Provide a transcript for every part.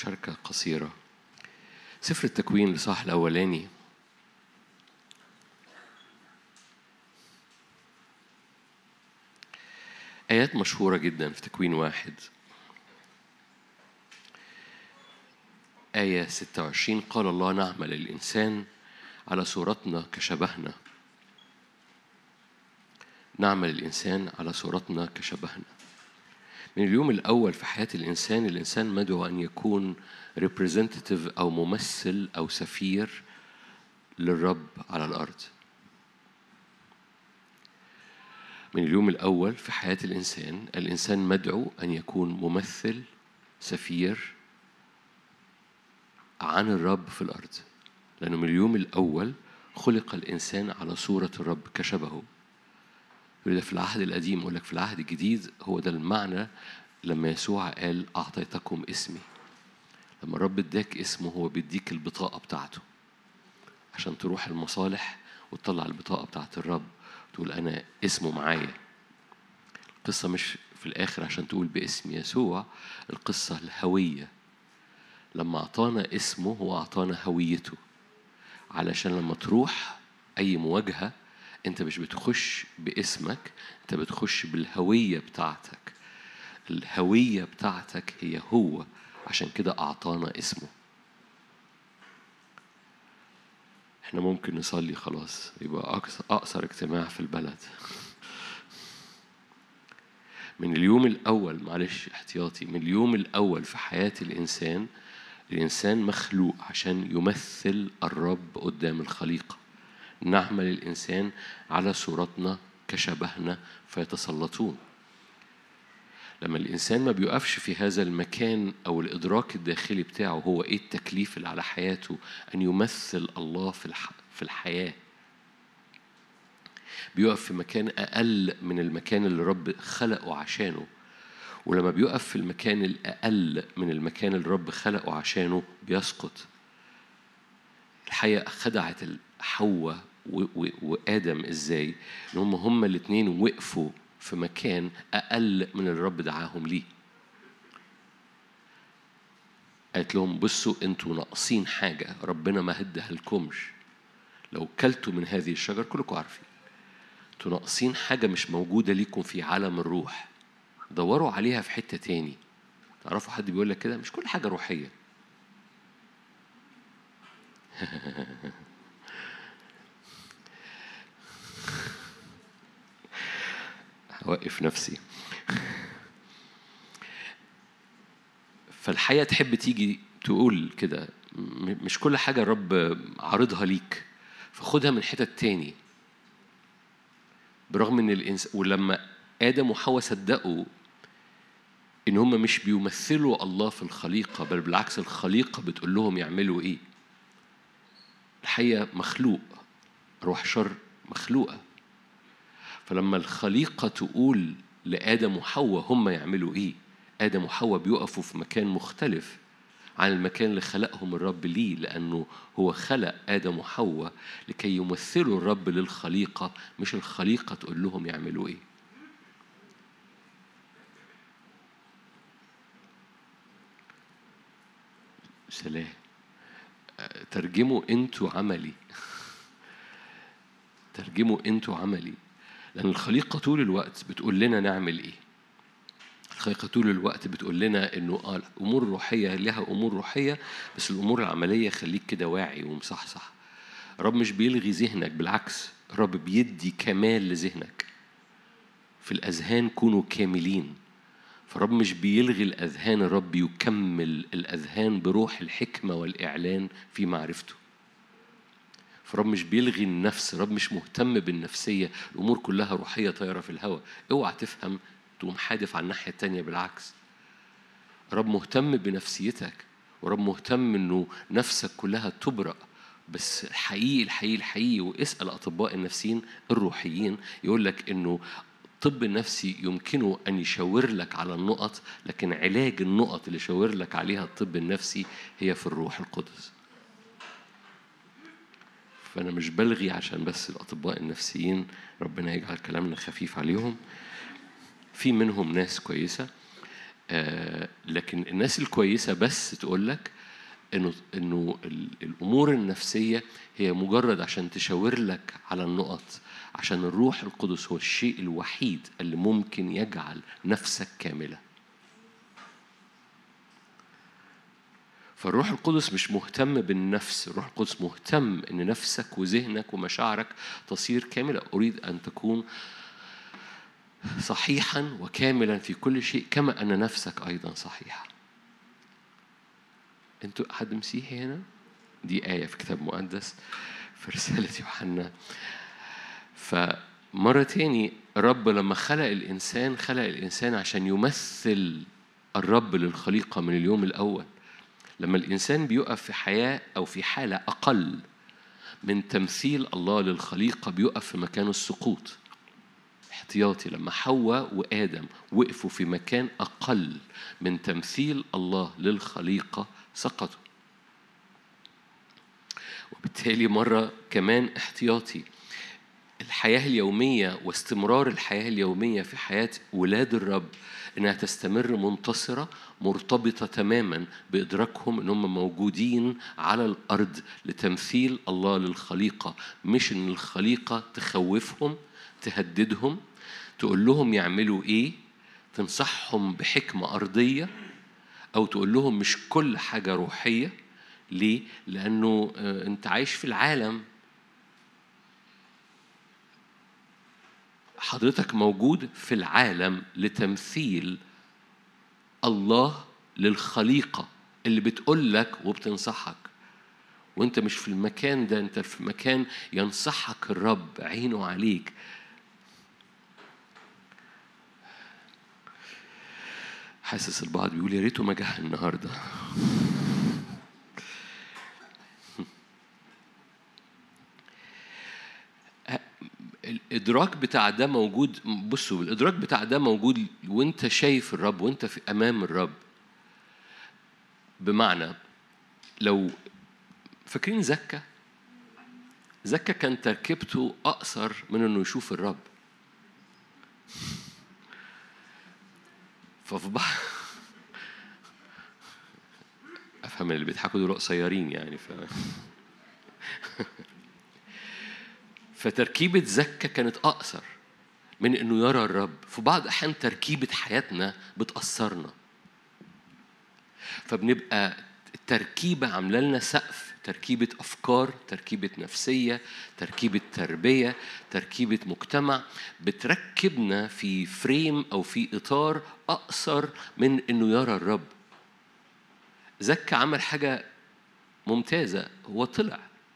مشاركة قصيرة. سفر التكوين الإصحاح الأولاني، آيات مشهورة جدا في تكوين 1. آية 26: قال الله نعمل الإنسان على صورتنا كشبهنا. نعمل الإنسان على صورتنا كشبهنا. من اليوم الأول في حياة الإنسان مدعو أن يكون representative أو ممثل أو سفير للرب على الأرض. من اليوم الأول في حياة الإنسان مدعو أن يكون ممثل سفير عن الرب في الأرض، لأنه من اليوم الأول خلق الإنسان على صورة الرب كشبهه. وده في العهد القديم. أقول لك في العهد الجديد هو ده المعنى لما يسوع قال أعطيتكم اسمي. لما الرب اداك اسمه هو بيديك البطاقة بتاعته عشان تروح المصالح وتطلع البطاقة بتاعت الرب تقول أنا اسمه معايا. القصة مش في الآخر عشان تقول باسم يسوع، القصة الهوية. لما أعطانا اسمه هو أعطانا هويته، علشان لما تروح أي مواجهة أنت مش بتخش باسمك، أنت بتخش بالهوية بتاعتك. الهوية بتاعتك هي هو، عشان كده أعطانا اسمه. احنا ممكن نصلي خلاص يبقى أقصر اجتماع في البلد. من اليوم الأول، معلش احتياطي، من اليوم الأول في حياة الإنسان مخلوق عشان يمثل الرب قدام الخليقة. نعمل الإنسان على صورتنا كشبهنا فيتسلطون. لما الإنسان ما بيقفش في هذا المكان أو الإدراك الداخلي بتاعه هو إيه التكليف اللي على حياته، أن يمثل الله في الحياة، بيقف في مكان أقل من المكان اللي رب خلقه عشانه. ولما بيقف في المكان الأقل من المكان اللي رب خلقه عشانه بيسقط. الحياة خدعت حواء وآدم إزاي؟ إن هم الاتنين وقفوا في مكان أقل من الرب دعاهم ليه. قالت لهم بصوا أنتوا ناقصين حاجة ربنا ما هدها لكمش. لو كلتوا من هذه الشجر كلكم عارفين أنتوا ناقصين حاجة مش موجودة ليكم في عالم الروح، دوروا عليها في حتة تاني. تعرفوا حد بيقول لك كده؟ مش كل حاجة روحية. هوقف نفسي. فالحياة تحب تيجي تقول كده مش كل حاجة الرب عارضها ليك، فخدها من حتة تاني. برغم ان الانسان، ولما آدم وحواء صدقوا ان هم مش بيمثلوا الله في الخليقة، بل بالعكس الخليقة بتقول لهم يعملوا ايه. الحياة مخلوق، روح شر مخلوقة. فلما الخليقة تقول لآدم وحواء هم يعملوا ايه، آدم وحواء بيقفوا في مكان مختلف عن المكان اللي خلقهم الرب ليه، لأنه هو خلق آدم وحواء لكي يمثلوا الرب للخليقة، مش الخليقة تقول لهم يعملوا ايه. سلام. ترجموا انتوا عملي. ترجموا انتوا عملي. لأن الخليقة طول الوقت بتقول لنا نعمل ايه. الخليقة طول الوقت بتقول لنا انه الامور الروحية لها امور روحية، بس الامور العملية خليك كده واعي ومصحصح. الرب مش بيلغي ذهنك، بالعكس الرب بيدي كمال لذهنك. في الأذهان كونوا كاملين. فالرب مش بيلغي الأذهان، الرب يكمل الأذهان بروح الحكمة والإعلان في معرفته. فالرب مش بيلغي النفس، الرب مش مهتم بالنفسية. الأمور كلها روحية طايرة في الهواء. اوعى تفهم تقوم حادف على الناحية التانية، بالعكس الرب مهتم بنفسيتك، ورب مهتم إنه نفسك كلها تبرأ. بس الحقيقي واسأل أطباء النفسيين الروحيين يقول لك إنه الطب النفسي يمكنه أن يشاور لك على النقط، لكن علاج النقط اللي يشاور لك عليها الطب النفسي هي في الروح القدس. فأنا مش بلغي عشان بس الأطباء النفسيين ربنا يجعل كلامنا خفيف عليهم، في منهم ناس كويسة. لكن الناس الكويسة بس تقول لك إنه الأمور النفسية هي مجرد عشان تشاور لك على النقط، عشان الروح القدس هو الشيء الوحيد اللي ممكن يجعل نفسك كاملة. فالروح القدس مش مهتم بالنفس، الروح القدس مهتم إن نفسك وذهنك ومشاعرك تصير كاملة. أريد أن تكون صحيحا وكاملا في كل شيء كما أن نفسك أيضا صحيحة. أنتوا حد مسيحي هنا؟ دي آية في كتاب مقدس في رسالة يوحنا. فمرة تاني الرب لما خلق الإنسان عشان يمثل الرب للخليقة من اليوم الأول. لما الإنسان بيقف في حياة أو في حالة أقل من تمثيل الله للخليقة بيقف في مكان السقوط احتياطي. لما حواء وآدم وقفوا في مكان أقل من تمثيل الله للخليقة سقطوا. وبالتالي مرة كمان احتياطي الحياة اليومية واستمرار الحياة اليومية في حياة ولاد الرب إنها تستمر منتصرة مرتبطة تماما بإدراكهم إنهم موجودين على الأرض لتمثيل الله للخليقة، مش إن الخليقة تخوفهم تهددهم تقول لهم يعملوا إيه، تنصحهم بحكمة أرضية، أو تقول لهم مش كل حاجة روحية. ليه؟ لأنه أنت عايش في العالم، حضرتك موجود في العالم لتمثيل الله للخليقة اللي بتقول لك وبتنصحك. وانت مش في المكان ده، انت في مكان ينصحك الرب عينه عليك. حاسس البعض بيقول يا ريته ما جه النهارده. الإدراك بتاع ده موجود. بصوا، الإدراك بتاع ده موجود وانت شايف الرب وانت في أمام الرب. بمعنى لو فاكرين زكا كان تركيبته أقصر من إنه يشوف الرب. ففي بعض أفهم اللي بيضحكوا دول قصيرين يعني فتركيبة زكا كانت أقصر من إنه يرى الرب. في بعض أحيان تركيبة حياتنا بتأثرنا، فبنبقى التركيبة عاملة لنا سقف، تركيبة أفكار، تركيبة نفسية، تركيبة تربية، تركيبة مجتمع بتركبنا في فريم أو في إطار أقصر من إنه يرى الرب. زكا عمل حاجة ممتازة، هو طلع.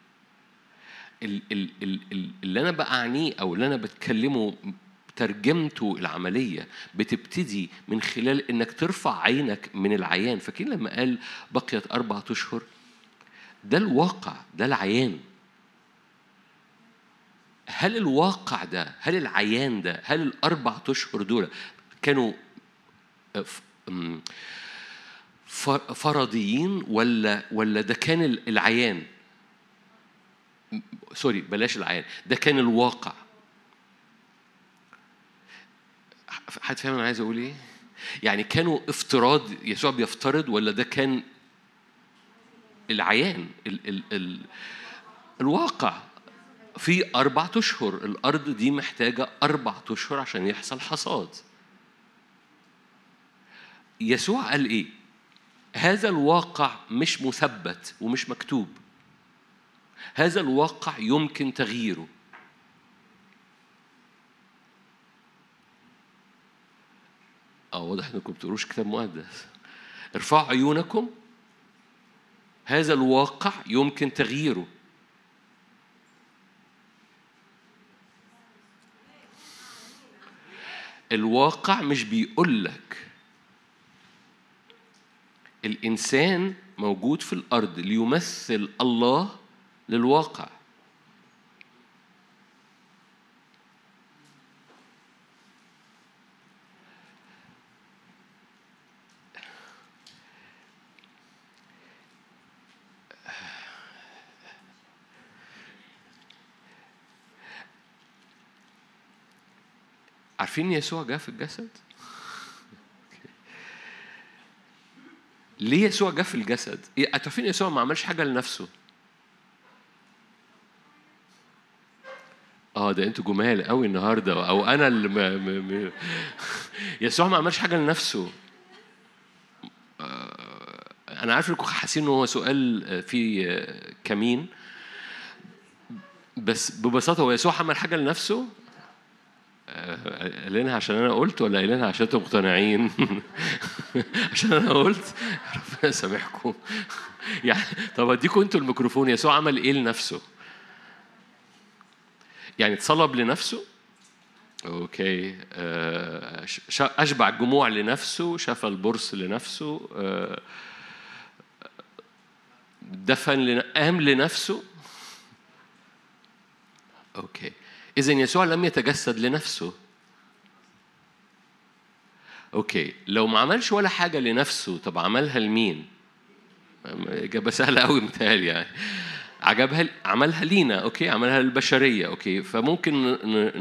اللي أنا بأعنيه أو اللي أنا بتكلمه ترجمته العملية بتبتدي من خلال إنك ترفع عينك من العيان. فاكرين لما قال بقيت 4 أشهر؟ ده الواقع، ده العيان. هل الواقع ده، هل العيان ده، هل ال4 أشهر دول كانوا فرضيين ولا ده كان العيان؟ سوري، بلاش العيان، ده كان الواقع. حد فاهم أنا عايز أقول إيه؟ يعني كانوا افتراض، يسوع بيفترض، ولا ده كان العيان الواقع؟ في 4 أشهر الأرض دي محتاجة 4 أشهر عشان يحصل حصاد. يسوع قال إيه؟ هذا الواقع مش مثبت ومش مكتوب، هذا الواقع يمكن تغييره. واضح انكم بتقروش كتاب مقدس. ارفعوا عيونكم، هذا الواقع يمكن تغييره. الواقع مش بيقول لك. الإنسان موجود في الأرض ليمثل الله للواقع. عارفين يسوع جاء في الجسد؟ ليه يسوع جه في الجسد؟ عارفين يسوع ما عملش حاجة لنفسه. ده انتوا جمال قوي النهارده، او انا اللي يسوع ما عملش حاجة لنفسه. انا عارف انكم حاسين ان هو سؤال فيه كمين، بس ببساطة هو يسوع عمل حاجة لنفسه؟ قايلينها عشان أنا قلت ولا قايلينها عشان أنتم مقتنعين؟ عشان أنا قلت ربنا يسامحكم. يعني طب أديكم أنتوا الميكروفون، يسوع عمل إيه لنفسه؟ يعني اتصلب لنفسه؟ أوكي. أشبع الجموع لنفسه، شفى البرص لنفسه، دفن قام لنفسه. أوكي، إذن يسوع لم يتجسد لنفسه. أوكي، لو ما عملش ولا حاجة لنفسه، طب عملها لمين؟ إجابة سهلة أوي متهيألي يعني. عملها لينا. أوكي، عملها للبشرية. أوكي، فممكن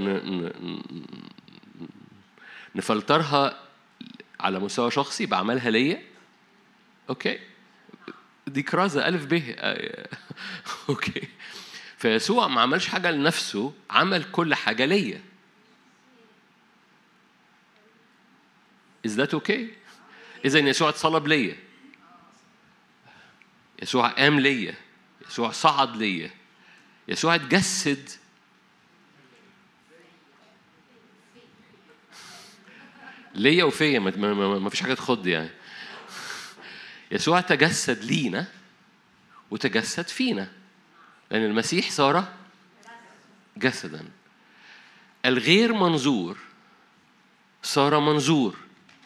نفلترها على مستوى شخصي، يبقى عملها ليا. أوكي، دي كرازة ألف ب. أوكي، فيسوع ما عملش حاجة لنفسه، عمل كل حاجة ليا. Is that okay؟ إذن يسوع اتصلب ليا، يسوع قام ليا، يسوع صعد ليا، يسوع اتجسد ليا وفيا. ما فيش حاجة تخض يعني. يسوع تجسد لينا وتجسد فينا، لأن المسيح صار جسدا. الغير منظور صار منظور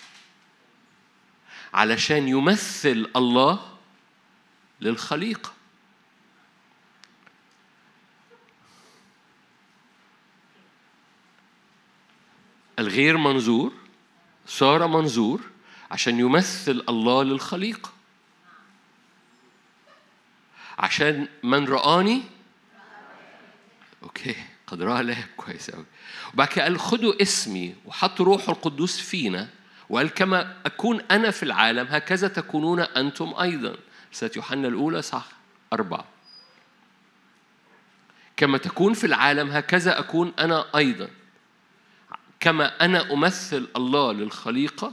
علشان يمثل الله للخليقة. الغير منظور صار منظور عشان يمثل الله للخليقة، عشان من رآني أوكي قد رأى الآب. كويس أوي. وبعد كده قال خدوا اسمي، وحط روح القدوس فينا، وقال كما أكون أنا في العالم هكذا تكونون أنتم أيضا. رسالة يوحنا الأولى صح 4. كما تكون في العالم هكذا أكون أنا أيضا. كما أنا أمثل الله للخليقة،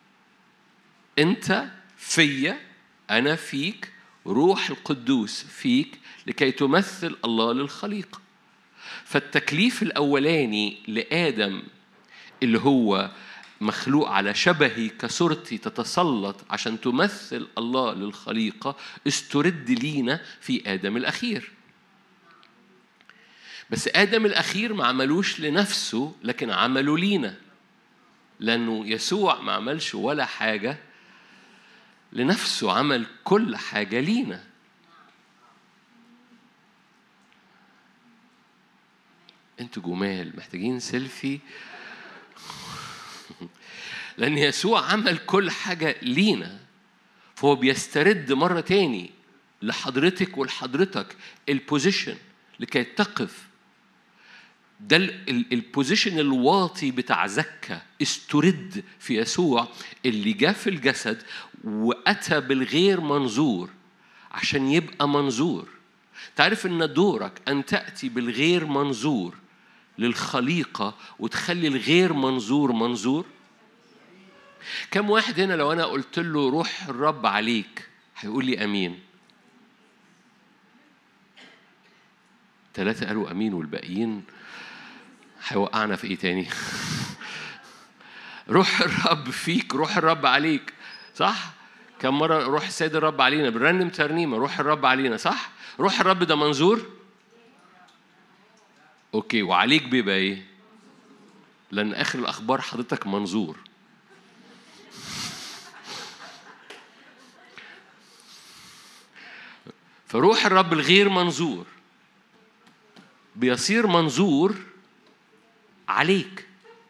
أنت فيا، أنا فيك، روح القدوس فيك لكي تمثل الله للخليقة. فالتكليف الأولاني لآدم اللي هو مخلوق على شبهي كصورتي تتسلط عشان تمثل الله للخليقة، استرد لينا في آدم الأخير. بس آدم الأخير ما عملوش لنفسه، لكن عملوا لينا، لأنه يسوع ما عملش ولا حاجة لنفسه، عمل كل حاجة لينا. انتوا جمال، محتاجين سيلفي. لأن يسوع عمل كل حاجة لينا، فهو بيسترد مرة تاني لحضرتك ولحضرتك البوزيشن لكي تقف. ده البوزيشن الواطي بتاع زكا استرد في يسوع اللي جاء في الجسد وأتى بالغير منظور عشان يبقى منظور. تعرف إن دورك أن تأتي بالغير منظور للخليقة وتخلي الغير منظور منظور. كم واحد هنا لو أنا قلت له روح الرب عليك هيقول لي أمين؟ 3 قالوا أمين والباقيين هيوقعنا في إيه تاني؟ روح الرب فيك، روح الرب عليك، صح؟ كم مرة روح السيد الرب علينا؟ بنرنم ترنيمة روح الرب علينا، صح؟ روح الرب ده منظور؟ أوكي، وعليك بيبقى إيه؟ لأن آخر الأخبار حضرتك منظور. فروح الرب الغير منظور بيصير منظور عليك.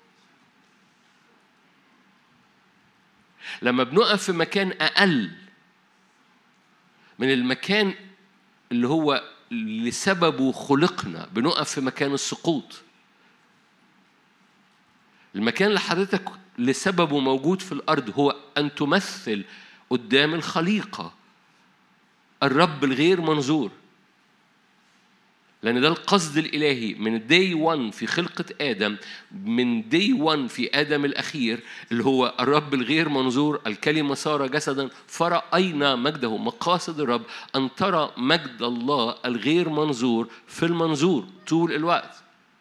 لما بنقف في مكان أقل من المكان اللي هو لسببه خلقنا، بنقف في مكان السقوط. المكان اللي حضرتك لسببه موجود في الأرض هو أن تمثل قدام الخليقة، الرب الغير منظور. لأن ده القصد الإلهي من داي 1 في خلقة آدم، من داي 1 في آدم الأخير اللي هو الرب الغير منظور، الكلمة صار جسدا فرأينا مجده. مقاصد الرب أن ترى مجد الله الغير منظور في المنظور طول الوقت.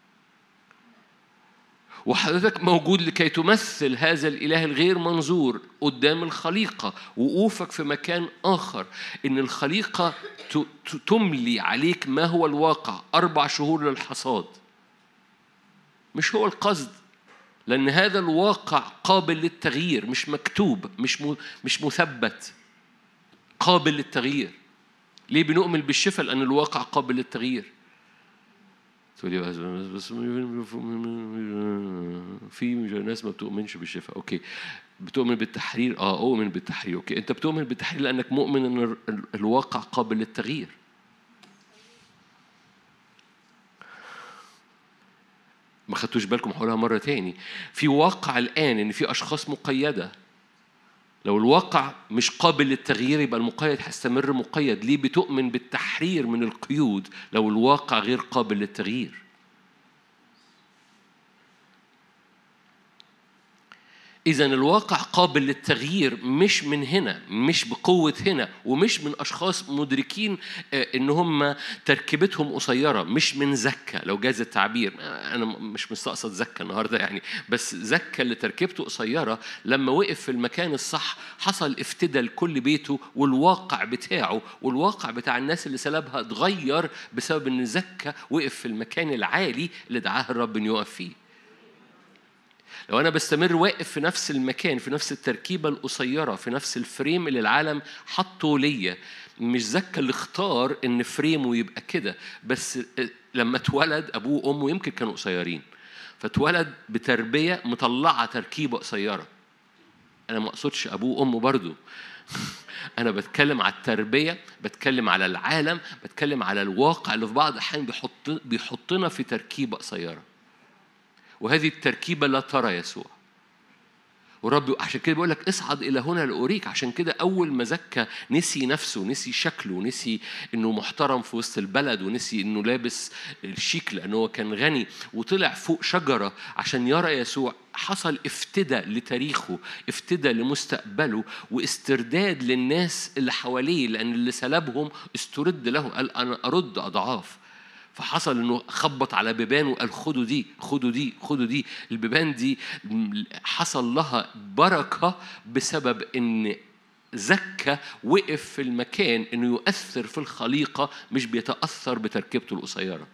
وحضرتك موجود لكي تمثل هذا الإله الغير منظور قدام الخليقة. وقوفك في مكان آخر إن الخليقة تملي عليك ما هو الواقع. 4 شهور للحصاد مش هو القصد، لأن هذا الواقع قابل للتغيير، مش مكتوب، مش مثبت، قابل للتغيير. ليه بنؤمن بالشفاء؟ لأن الواقع قابل للتغيير. تقولي بس في ناس ما بتؤمنش بالشفاء. اوكي، بتؤمن بالتحرير. اؤمن بالتحرير. اوكي، انت بتؤمن بالتحرير لانك مؤمن ان الواقع قابل للتغيير. ما خدتوش بالكم؟ هقولها مرة تاني. في واقع الآن ان في اشخاص مقيدة. لو الواقع مش قابل للتغيير يبقى المقيد هيستمر مقيد. ليه بتؤمن بالتحرير من القيود لو الواقع غير قابل للتغيير؟ إذن الواقع قابل للتغيير، مش من هنا، مش بقوة هنا، ومش من أشخاص مدركين إن هم تركيبتهم قصيرة، مش من زكة لو جاز التعبير. أنا مش مستقصد زكة النهاردة يعني، بس زكة اللي تركيبته قصيرة لما وقف في المكان الصح حصل افتداء لكل بيته والواقع بتاعه، والواقع بتاع الناس اللي سلبها اتغير بسبب إن زكة وقف في المكان العالي اللي دعاه الرب إنه يقف فيه. لو أنا بستمر واقف في نفس المكان، في نفس التركيبة القصيرة، في نفس الفريم اللي العالم حطه ليا، مش زكى اللي اختار إن فريمه يبقى كده، بس لما اتولد أبوه وأمه يمكن كانوا قصيرين، فاتولد بتربية مطلعة تركيبة قصيرة. أنا ما أقصدش أبوه وأمه برضو أنا بتكلم على التربية، بتكلم على العالم، بتكلم على الواقع اللي في بعض الأحيان بيحطنا في تركيبة قصيرة، وهذه التركيبة لا ترى يسوع. ورب عشان كده بيقول لك اصعد إلى هنا لأوريك. عشان كده أول ما زكى نسي نفسه، نسي شكله، نسي إنه محترم في وسط البلد، ونسي إنه لابس الشيك لأنه هو كان غني، وطلع فوق شجرة عشان يرى يسوع. حصل افتداء لتاريخه، افتداء لمستقبله، واسترداد للناس اللي حواليه، لأن اللي سلبهم استرد له. قال أنا أرد أضعاف. فحصل انه خبط على بيبان وقال خدوا دي خدوا دي خدوا دي. البيبان دي حصل لها بركة بسبب ان زكى وقف في المكان انه يؤثر في الخليقة، مش بيتأثر بتركيبته القصيرة.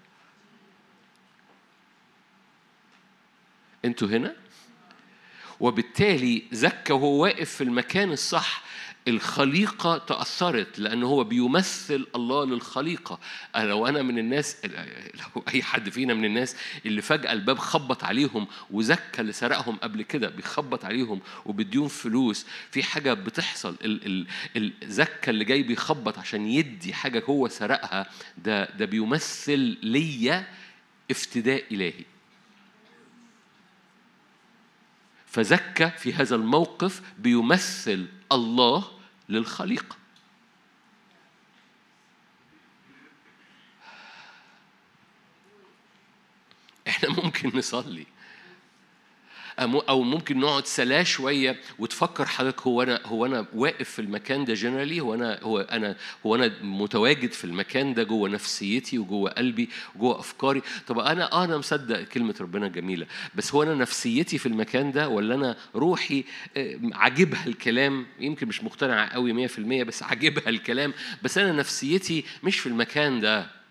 انتوا هنا؟ وبالتالي زكى وهو واقف في المكان الصح، الخليقة تأثرت لأنه هو بيمثل الله للخليقة. لو أنا من الناس، لو أي حد فينا من الناس اللي فجأة الباب خبط عليهم، وزكى اللي سرقهم قبل كده بيخبط عليهم وبديهم فلوس، في حاجة بتحصل. الزكى اللي جاي بيخبط عشان يدي حاجة هو سرقها، ده بيمثل ليا افتداء إلهي. فزكى في هذا الموقف بيمثل الله للخليقة. احنا ممكن نصلي أو ممكن نقعد سلا شوية وتفكر حضرتك، هو أنا واقف في المكان ده جنرالي، هو أنا متواجد في المكان ده جوه نفسيتي وجوه قلبي وجوه أفكاري. طب أنا مصدق كلمة ربنا جميلة، بس هو أنا نفسيتي في المكان ده ولا أنا روحي عجبها الكلام؟ يمكن مش مقتنع قوي 100%، بس عجبها الكلام، بس أنا نفسيتي مش في المكان ده.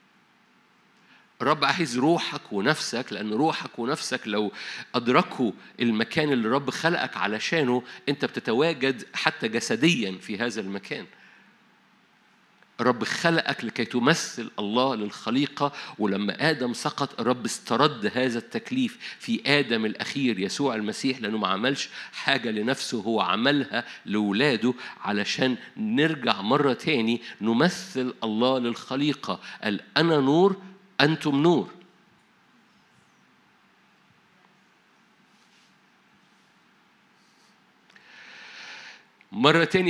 الرب عايز روحك ونفسك، لأن روحك ونفسك لو أدركوا المكان اللي الرب خلقك علشانه، أنت بتتواجد حتى جسديا في هذا المكان. الرب خلقك لكي تمثل الله للخليقة، ولما آدم سقط الرب استرد هذا التكليف في آدم الأخير يسوع المسيح، لأنه ما عملش حاجة لنفسه، هو عملها لولاده علشان نرجع مرة تاني نمثل الله للخليقة. قال أنا نور أنتم نور. مرة تاني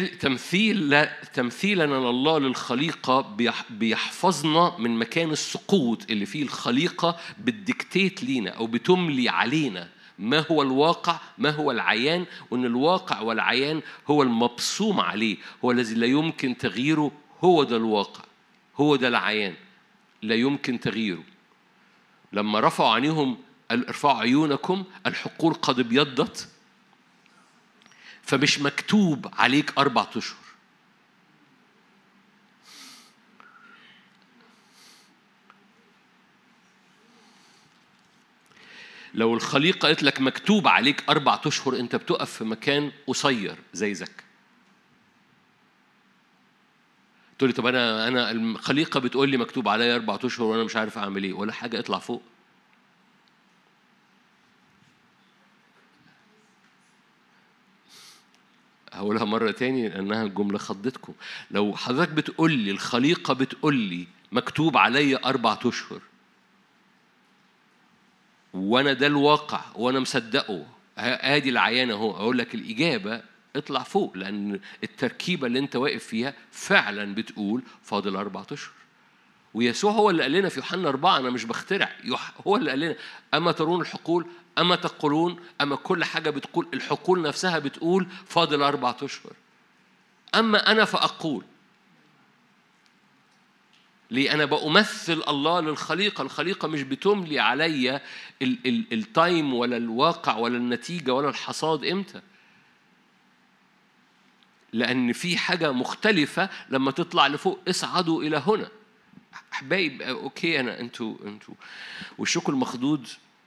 تمثيلنا لله للخليقة بيحفظنا من مكان السقوط اللي فيه الخليقة بالديكتيت لينا أو بتملي علينا ما هو الواقع، ما هو العيان، وأن الواقع والعيان هو المبصوم عليه، هو الذي لا يمكن تغييره. هو ده الواقع، هو ده العيان، لا يمكن تغييره. لما رفعوا عينيهم ارفعوا عيونكم الحقول قد ابيضت، فمش مكتوب عليك 4 أشهر. لو الخليقة قالت لك مكتوب عليك 4 أشهر، أنت بتقف في مكان قصير زي زك. تقول لي طب أنا الخليقة بتقول لي مكتوب عليا 4 أشهر وأنا مش عارف أعمل إيه ولا حاجة. اطلع فوق. هقولها مرة تاني لأنها الجملة خضتكم. لو حضرتك بتقول لي الخليقة بتقول لي مكتوب عليا 4 أشهر وأنا ده الواقع وأنا مصدقه، هادي العيان أهو، أقول لك الإجابة اطلع فوق، لأن التركيبة اللي أنت واقف فيها فعلا بتقول فاضل 4 أشهر. ويسوع هو اللي قال لنا في يوحنا 4، أنا مش بخترع، هو اللي قال لنا أما ترون الحقول أما تقولون، أما كل حاجة بتقول، الحقول نفسها بتقول فاضل 4 أشهر. أما أنا فأقول ليه؟ أنا بأمثل الله للخليقة. الخليقة مش بتملي عليا التايم ولا الواقع ولا النتيجة ولا الحصاد إمتى، لأن في حاجة مختلفة لما تطلع لفوق. اصعدوا إلى هنا أحبائي. أوكي، أنتوا والشكل المخدود.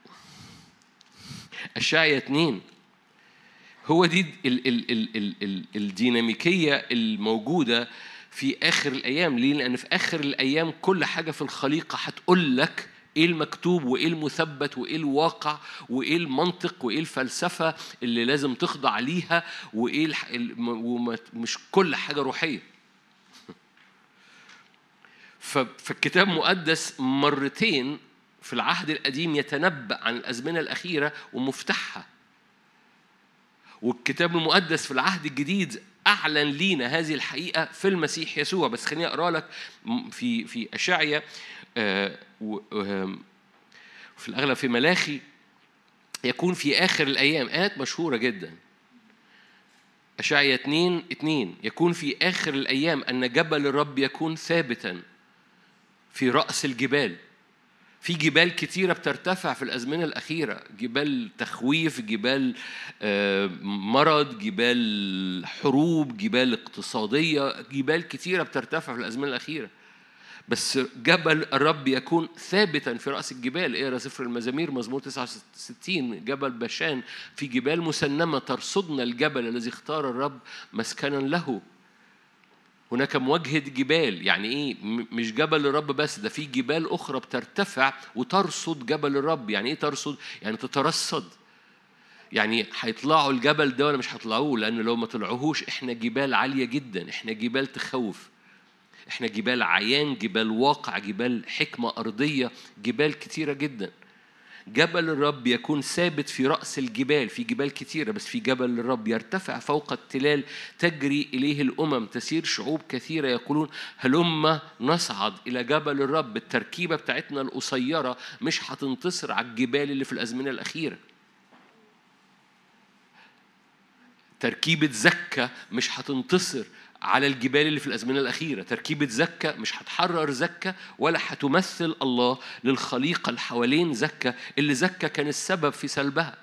أشعياء 2 هو دي الديناميكية الموجودة في آخر الأيام. ليه؟ لأن في آخر الأيام كل حاجة في الخليقة هتقول لك إيه المكتوب وإيه المثبت وإيه الواقع وإيه المنطق وإيه الفلسفة اللي لازم تخضع ليها وإيه ومش كل حاجة روحية. فالكتاب المقدس مرتين في العهد القديم يتنبأ عن الأزمنة الأخيرة ومفتاحها، والكتاب المقدس في العهد الجديد أعلن لينا هذه الحقيقة في المسيح يسوع. بس خليني أقرأ لك في أشعياء، في الأغلب في ملاخي، يكون في آخر الأيام، آيات مشهورة جدا. أشعياء 2:2 يكون في آخر الأيام أن جبل الرب يكون ثابتا في رأس الجبال. في جبال كتيرة بترتفع في الأزمنة الأخيرة، جبال تخويف، جبال مرض، جبال حروب، جبال اقتصادية، جبال كتيرة بترتفع في الأزمنة الأخيرة. بس جبل الرب يكون ثابتا في رأس الجبال. اقرا سفر المزامير مزمور 69، جبل باشان، في جبال مسنمة ترصدنا الجبل الذي اختار الرب مسكنا له. هناك مواجهة جبال، يعني إيه؟ مش جبل الرب بس، ده في جبال أخرى بترتفع وترصد جبل الرب. يعني إيه ترصد؟ يعني تترصد. يعني هيطلعوا الجبل ده ولا مش هيطلعوه؟ لأن لو ما طلعوهوش إحنا جبال عالية جدا، إحنا جبال تخوف، إحنا جبال عيان، جبال واقع، جبال حكمة أرضية، جبال كتيرة جدا. جبل الرب يكون ثابت في رأس الجبال. في جبال كتيرة بس في جبل الرب يرتفع فوق التلال، تجري إليه الأمم، تسير شعوب كثيرة يقولون هلما نصعد إلى جبل الرب. التركيبة بتاعتنا القصيرة مش هتنتصر على الجبال اللي في الأزمنة الأخيرة. تركيبة زكا مش هتنتصر على الجبال اللي في الأزمنة الأخيرة. تركيبة زكا مش هتحرر زكا ولا هتمثل الله للخليقة اللي حوالين زكا، اللي زكا كان السبب في سلبها.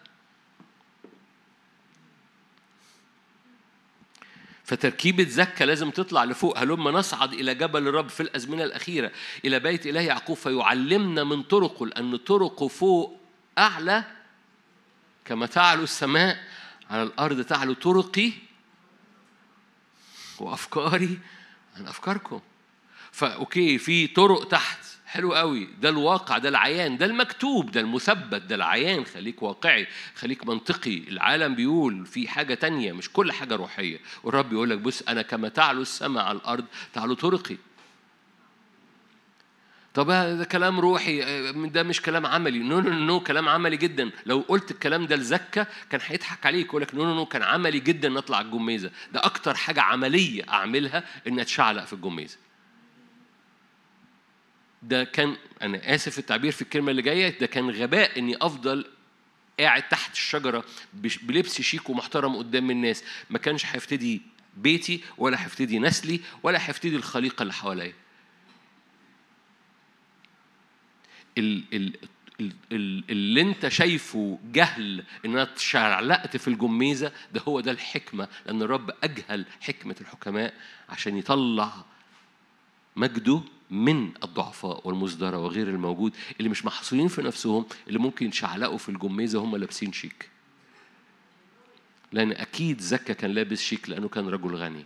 فتركيبة زكا لازم تطلع لفوق. هلما نصعد إلى جبل الرب في الأزمنة الأخيرة، إلى بيت إله يعقوب فيعلمنا من طرقه، لأن طرقه فوق أعلى كما تعلو السماء على الأرض تعلو طرقي وأفكاري عن أفكاركم. فأوكي، في طرق تحت، حلو قوي، ده الواقع، ده العيان، ده المكتوب، ده المثبت، ده العيان. خليك واقعي، خليك منطقي. العالم بيقول في حاجة تانية، مش كل حاجة روحية. والرب يقول لك بص، أنا كما تعلو السماء على الأرض تعلو طرقي. طب ده كلام روحي، ده مش كلام عملي. نو كلام عملي جدا. لو قلت الكلام ده لزكا كان هيضحك عليك يقول لك نو كان عملي جدا نطلع الجميزه. ده اكتر حاجه عمليه اعملها ان اتشعلق في الجميزه. ده كان، انا اسف التعبير في الكلمه اللي جايه، ده كان غباء اني افضل قاعد تحت الشجره بلبس شيك ومحترم قدام الناس. ما كانش هيفتدي بيتي ولا هيفتدي نسلي ولا هيفتدي الخليقه اللي حواليا. اللي انت شايفه جهل ان انا اتشعلقت في الجميزه، ده الحكمه، لان الرب اجهل حكمه الحكماء عشان يطلع مجده من الضعفاء والمزدرى وغير الموجود اللي مش محصورين في نفسهم، اللي ممكن يتشعلقوا في الجميزه هم لابسين شيك. لان اكيد زكا كان لابس شيك لانه كان رجل غني.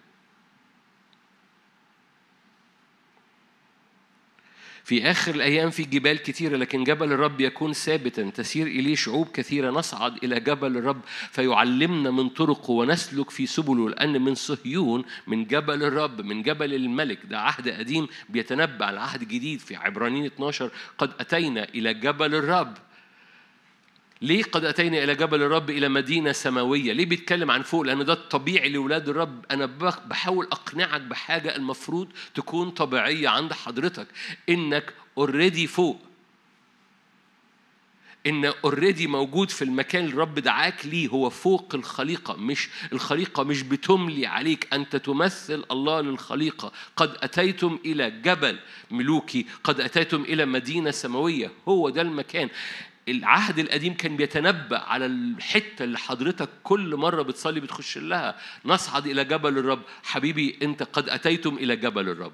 في آخر الأيام في جبال كثيرة، لكن جبل الرب يكون ثابتا تسير إليه شعوب كثيرة. نصعد إلى جبل الرب فيعلمنا من طرقه ونسلك في سبله، لأن من صهيون، من جبل الرب، من جبل الملك. ده عهد قديم بيتنبأ على عهد جديد في عبرانيين 12. قد أتينا إلى جبل الرب. ليه قد أتينا إلى جبل الرب، إلى مدينة سماوية؟ ليه بيتكلم عن فوق؟ لأن ده الطبيعي لأولاد الرب. أنا بحاول أقنعك بحاجة المفروض تكون طبيعية عند حضرتك، إنك already فوق، إن already موجود في المكان اللي الرب دعاك ليه. هو فوق الخليقة، مش الخليقة مش بتملي عليك، أنت تمثل الله للخليقة. قد أتيتم إلى جبل ملوكي، قد أتيتم إلى مدينة سماوية. هو ده المكان. العهد القديم كان بيتنبأ على الحتة اللي حضرتك كل مرة بتصلي بتخش لها. نصعد إلى جبل الرب. حبيبي أنت قد أتيتم إلى جبل الرب.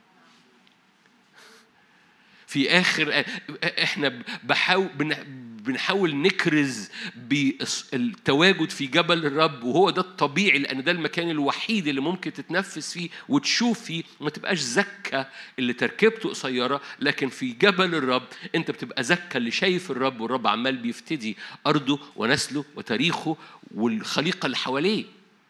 في آخر إحنا بنحاول نكرز بالتواجد في جبل الرب، وهو ده الطبيعي، لأن ده المكان الوحيد اللي ممكن تتنفس فيه وتشوف فيه، وما تبقاش زكة اللي تركبته قصيرة. لكن في جبل الرب أنت بتبقى زكة اللي شايف الرب، والرب عمال بيفتدي أرضه ونسله وتاريخه والخليقة اللي حواليه.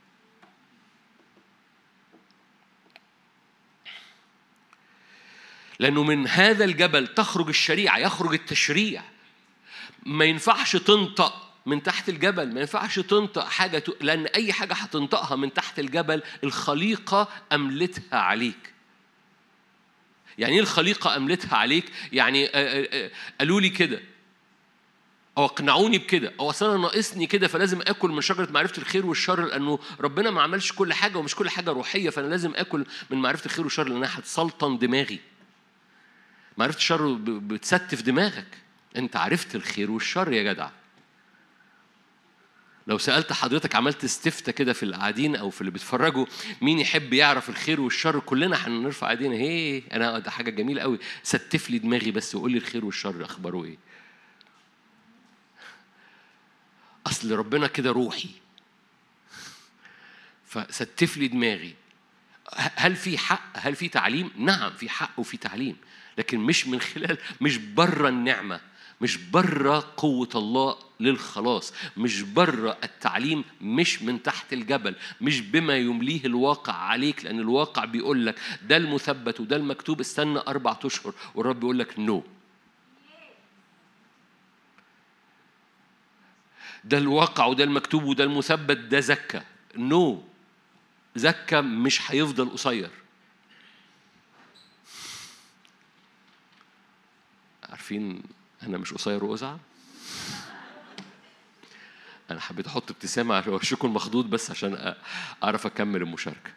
لأنه من هذا الجبل تخرج الشريعة، يخرج التشريع. ما ينفعش تنطق من تحت الجبل، ما ينفعش تنطق حاجة، لأن أي حاجة هتنطقها من تحت الجبل الخليقة أملتها عليك. يعني إيه الخليقة أملتها عليك؟ يعني قالوا لي كده أو اقنعوني بكده، أو أصلا ناقصني كده فلازم أكل من شجرة معرفة الخير والشر، لأنه ربنا ما عملش كل حاجة ومش كل حاجة روحية، فأنا لازم أكل من معرفة الخير والشر لأنها هتسلطن دماغي. معرفة الشر بتستف دماغك. أنت عرفت الخير والشر يا جدع. لو سألت حضرتك، عملت استفتاء كده في القاعدين أو في اللي بيتفرجوا، مين يحب يعرف الخير والشر؟ كلنا هنرفع ايدينا. هي أنا ده حاجة جميلة قوي، ستف لي دماغي بس وقول لي الخير والشر أخباره إيه. أصل ربنا كده روحي، فستف لي دماغي. هل في حق؟ هل في تعليم؟ نعم في حق وفي تعليم، لكن مش من خلال، مش بره النعمة، مش بره قوة الله للخلاص، مش بره التعليم، مش من تحت الجبل، مش بما يمليه الواقع عليك. لأن الواقع بيقول لك ده المثبت وده المكتوب، استنى 4 أشهر، والرب بيقول لك نو. ده الواقع وده المكتوب وده المثبت، ده زكا. نو، زكا مش هيفضل قصير. عارفين أنا مش قصير وأزعل. أنا حبيت أحط ابتسامة على وشكم مخضوض بس عشان أعرف أكمل المشاركة.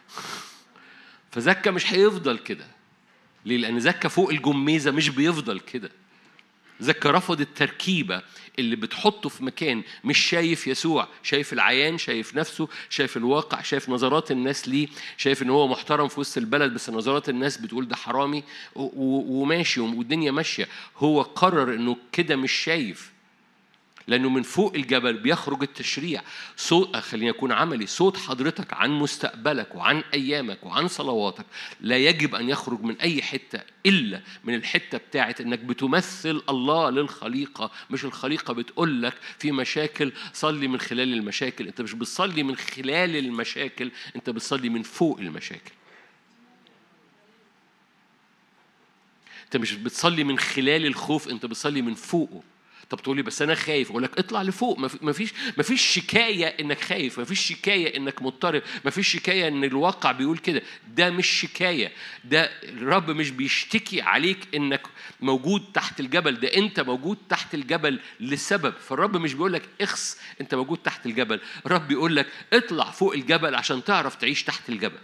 فزكا مش هيفضل كده. ليه؟ لأن زكا فوق الجميزة مش بيفضل كده. زكا رفض التركيبة اللي بتحطه في مكان مش شايف يسوع، شايف العيان، شايف نفسه، شايف الواقع، شايف نظرات الناس ليه، شايف إن هو محترم في وسط البلد بس نظرات الناس بتقول ده حرامي وماشي والدنيا ماشية. هو قرر إنه كده مش شايف، لأنه من فوق الجبل بيخرج التشريع. صوت، خلينا يكون عملي، صوت حضرتك عن مستقبلك وعن أيامك وعن صلواتك لا يجب أن يخرج من أي حتة إلا من الحتة بتاعت إنك بتمثل الله للخليقة، مش الخليقة بتقول لك في مشاكل صلي من خلال المشاكل. أنت مش بتصلي من خلال المشاكل، أنت بتصلي من فوق المشاكل. أنت مش بتصلي من خلال الخوف، أنت بتصلي من فوقه. طب تقولي بس أنا خايف، أقول لك اطلع لفوق. مفيش شكاية إنك خايف، مفيش شكاية إنك مضطرب، مفيش شكاية إن الواقع بيقول كده. ده مش شكاية، ده الرب مش بيشتكي عليك إنك موجود تحت الجبل، ده أنت موجود تحت الجبل لسبب. فالرب مش بيقول لك اخس أنت موجود تحت الجبل، الرب بيقول لك اطلع فوق الجبل عشان تعرف تعيش تحت الجبل.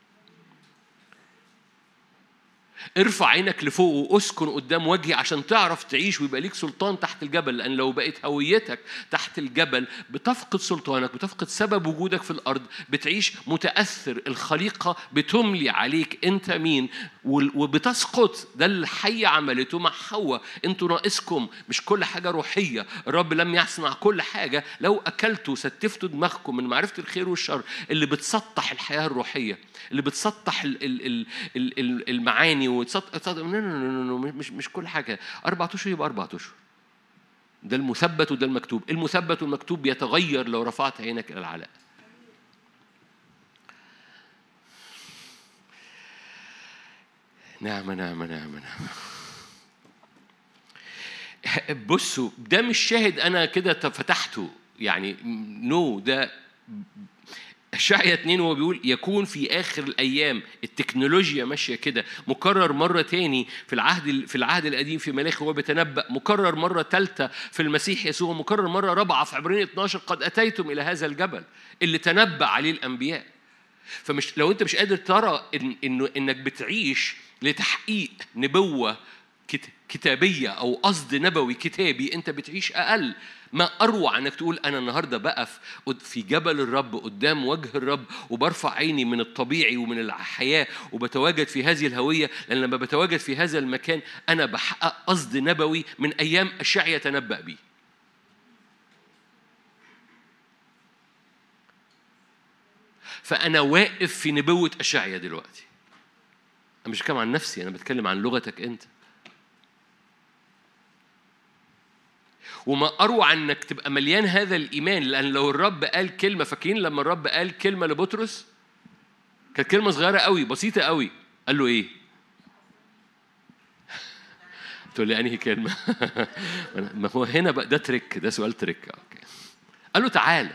ارفع عينك لفوق واسكن قدام وجهي عشان تعرف تعيش ويبقى ليك سلطان تحت الجبل. لأن لو بقيت هويتك تحت الجبل بتفقد سلطانك، بتفقد سبب وجودك في الأرض، بتعيش متأثر. الخليقة بتملي عليك أنت مين وبتسقط. ده الحية عملته مع حواء. أنتوا ناقصكم مش كل حاجة روحية. الرب لم يصنع كل حاجة. لو أكلتوا ستفتوا دماغكم من معرفة الخير والشر اللي بتسطح الحياة الروحية، اللي بتسطح المعاني مش كل حاجة. 4 أشهر يبقى 4 أشهر. ده المثبت وده المكتوب. المثبت والمكتوب بيتغير لو رفعت عينك إلى العلاء. نعمة نعمة نعمة نعمة. بصوا ده مش شاهد أنا كده فتحته يعني، ده أشعياء 2 هو بيقول يكون في آخر الأيام. التكنولوجيا ماشية كده. مكرر مرة تاني في العهد القديم في ملاخي هو بيتنبأ. مكرر مرة ثالثة في المسيح يسوع. مكرر مرة رابعة في عبرانيين 12 قد أتيتم إلى هذا الجبل اللي تنبأ عليه الأنبياء. فمش لو أنت مش قادر ترى إنك بتعيش لتحقيق نبوة كتابية أو قصد نبوي كتابي، أنت بتعيش أقل. ما أروع أنك تقول أنا النهاردة بقف في جبل الرب قدام وجه الرب وبرفع عيني من الطبيعي ومن الحياة وبتواجد في هذه الهوية. لأن لما بتواجد في هذا المكان أنا بحقق قصد نبوي من أيام أشعياء يتنبأ بيه. فأنا واقف في نبوة أشعياء دلوقتي. أنا مش بتكلم عن نفسي، أنا بتكلم عن لغتك أنت. وما أروع أنك تبقى مليان هذا الإيمان. لأن لو الرب قال كلمة، فاكرين لما الرب قال كلمة لبطرس كانت كلمة صغيرة قوي بسيطة قوي، قال له إيه؟ تقول لي أنهي كلمة؟ ما هو هنا بقى ده تريك، ده سؤال تريك. أوكي. قال له تعالى.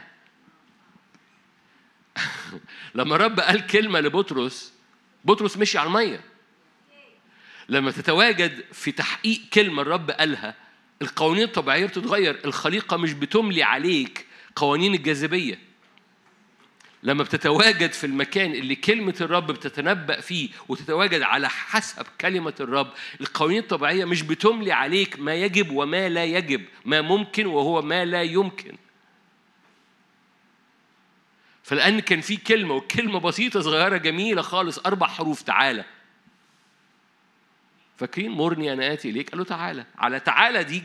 لما الرب قال كلمة لبطرس، بطرس مشي على المية. لما تتواجد في تحقيق كلمة الرب قالها، القوانين الطبيعية بتتغير. الخليقة مش بتملي عليك قوانين الجاذبية. لما بتتواجد في المكان اللي كلمة الرب بتتنبأ فيه وتتواجد على حسب كلمة الرب، القوانين الطبيعية مش بتملي عليك ما يجب وما لا يجب، ما ممكن وهو ما لا يمكن. فلأن كان في كلمة، وكلمة بسيطة صغيرة جميلة خالص، 4 حروف، تعالى. فاكرين مرني أنا آتي إليك؟ قال له تعالى. على تعالى دي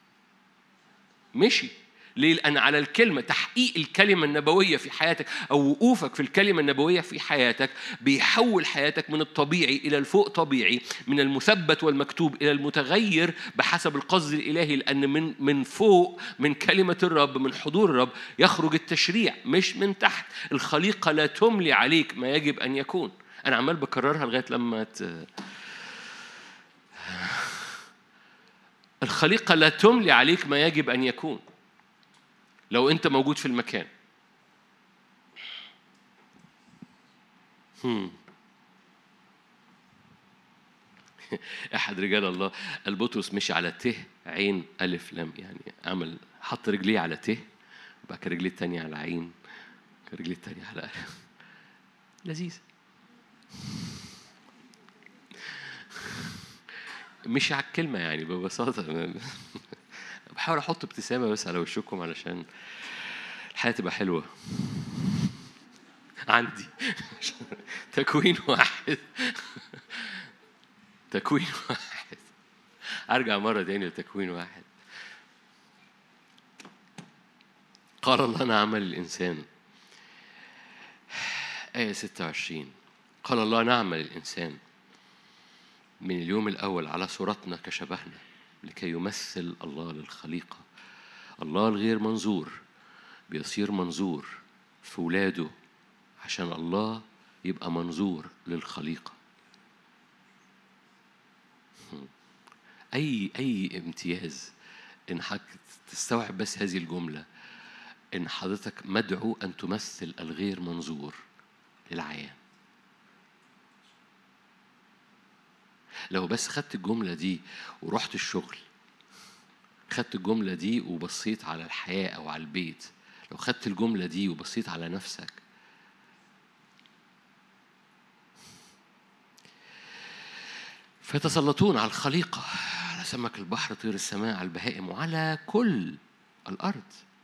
مشي. ليه؟ لأن على الكلمة، تحقيق الكلمة النبوية في حياتك أو وقوفك في الكلمة النبوية في حياتك بيحول حياتك من الطبيعي إلى الفوق طبيعي، من المثبت والمكتوب إلى المتغير بحسب القصد الإلهي. لأن من فوق، من كلمة الرب، من حضور الرب يخرج التشريع، مش من تحت. الخليقة لا تملي عليك ما يجب أن يكون. أنا عمال بكررها لغاية لما الخليقة لا تملي عليك ما يجب أن يكون لو أنت موجود في المكان. أحد رجال الله قال بطرس مشي على ت عين ألف لام، يعني حط رجليه على ت، وبعد كده رجليه التانية على عين، رجليه التانية على ألف. لذيذ. مشي على الكلمة يعني ببساطة. بحاول أحط ابتسامة بس على وشكم علشان الحياة تبقى حلوة. عندي تكوين واحد. تكوين واحد. أرجع مرة تاني لتكوين واحد. قال الله نعمل الإنسان. آية 26. قال الله نعمل الإنسان من اليوم الأول على صورتنا كشبهنا لكي يمثل الله للخليقة. الله الغير منظور بيصير منظور في ولاده عشان الله يبقى منظور للخليقة. أي امتياز إن حضرتك تستوعب بس هذه الجملة، إن حضرتك مدعو أن تمثل الغير منظور للعيان. لو بس خدت الجملة دي ورحت الشغل، خدت الجملة دي وبصيت على الحياة أو على البيت، لو خدت الجملة دي وبصيت على نفسك، فيتسلطون على الخليقة، على سمك البحر، طير السماء، على البهائم، وعلى كل الأرض.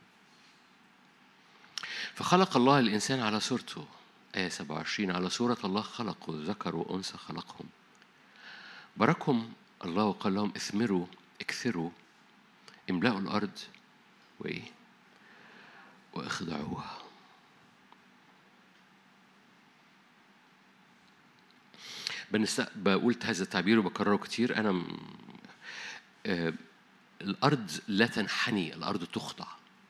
فخلق الله الإنسان على صورته، آية 27، على صورة الله خلقه، ذكر وأنثى خلقهم. باركهم الله وقال لهم اثمروا اكثروا املأوا الأرض وإيه واخضعوها. بقول هذا التعبير وبكرره كتير. أنا الأرض لا تنحني، الأرض تخضع.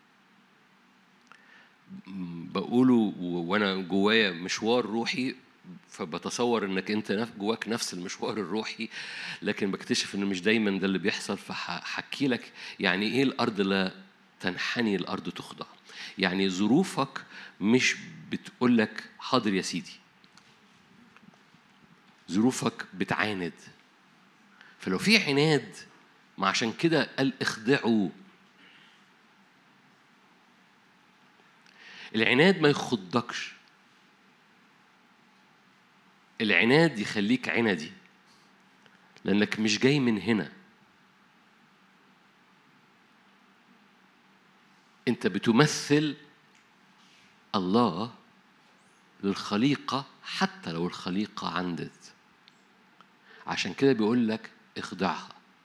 بقوله وأنا جوايا مشوار روحي، فبتصور إنك أنت جواك نفس المشوار الروحي، لكن بكتشف إنه مش دايما ده اللي بيحصل. فحكي لك يعني إيه الأرض لا تنحني، الأرض تخضع. يعني ظروفك مش بتقولك حاضر يا سيدي، ظروفك بتعاند. فلو في عناد، ما عشان كده قال اخضعوا. العناد ما يخضكش، العناد يخليك عندي، لأنك مش جاي من هنا. أنت بتمثل الله للخليقة حتى لو الخليقة عندت. عشان كده بيقول لك اخضعها.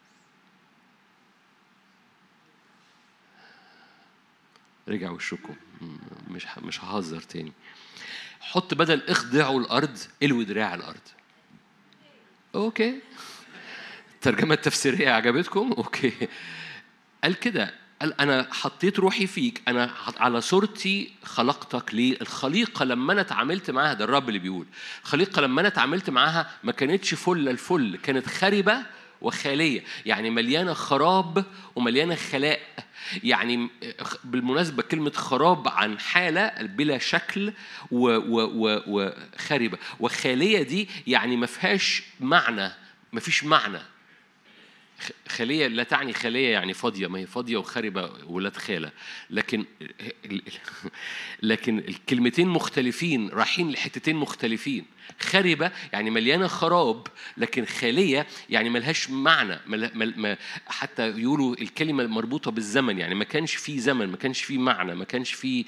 رجع وشكم، مش ههزر تاني. حط بدل اخضعوا الأرض الوي دراع الأرض. أوكي، الترجمة التفسيرية عجبتكم؟ أوكي. قال كده، قال أنا حطيت روحي فيك، أنا على صورتي خلقتك. ليه؟ الخليقة لما أنا اتعاملت معاها، ده الرب اللي بيقول، الخليقة لما أنا اتعاملت معاها ما كانتش فل الفل، كانت خاربة وخالية، يعني مليانة خراب ومليانة خلاء. يعني بالمناسبة كلمة خراب عن حالة بلا شكل وخاربة، وخالية دي يعني ما فيهاش معنى، ما فيش معنى. خلية لا تعني خلية يعني فاضية، ما هي فاضية وخاربة ولاد خالة، لكن الكلمتين مختلفين، رايحين لحتتين مختلفين. خاربة يعني مليانة خراب، لكن خالية يعني ملهاش معنى. حتى يقولوا الكلمة مربوطة بالزمن، يعني ما كانش فيه زمن، ما كانش فيه معنى، ما كانش فيه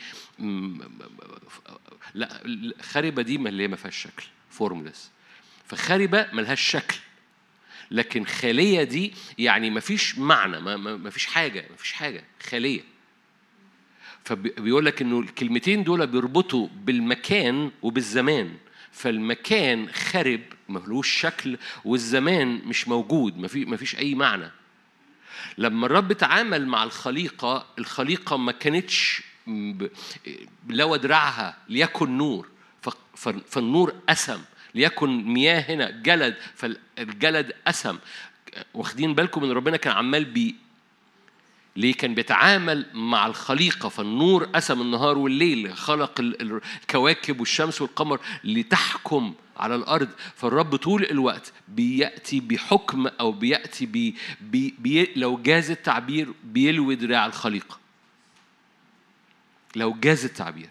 لا، خاربة دي اللي ما فيهاش شكل، فورملس. فخاربة ملهاش شكل، لكن خالية دي يعني مفيش معنى، مفيش حاجة خالية. فبيقول لك إنه الكلمتين دول بيربطوا بالمكان وبالزمان. فالمكان خرب ملوش شكل، والزمان مش موجود، مفيش أي معنى. لما الرب تعامل مع الخليقة ما كانتش لو دراعها ليكن نور، فالنور أسم. ليكن مياه هنا جلد، فالجلد أسم. واخدين بالكم ان ربنا كان عمال ليه كان بيتعامل مع الخليقة؟ فالنور قسم النهار والليل، خلق الكواكب والشمس والقمر لتحكم على الأرض. فالرب طول الوقت بيأتي بحكم، أو بيأتي لو جاز التعبير بيلوي دراع الخليقة، لو جاز التعبير.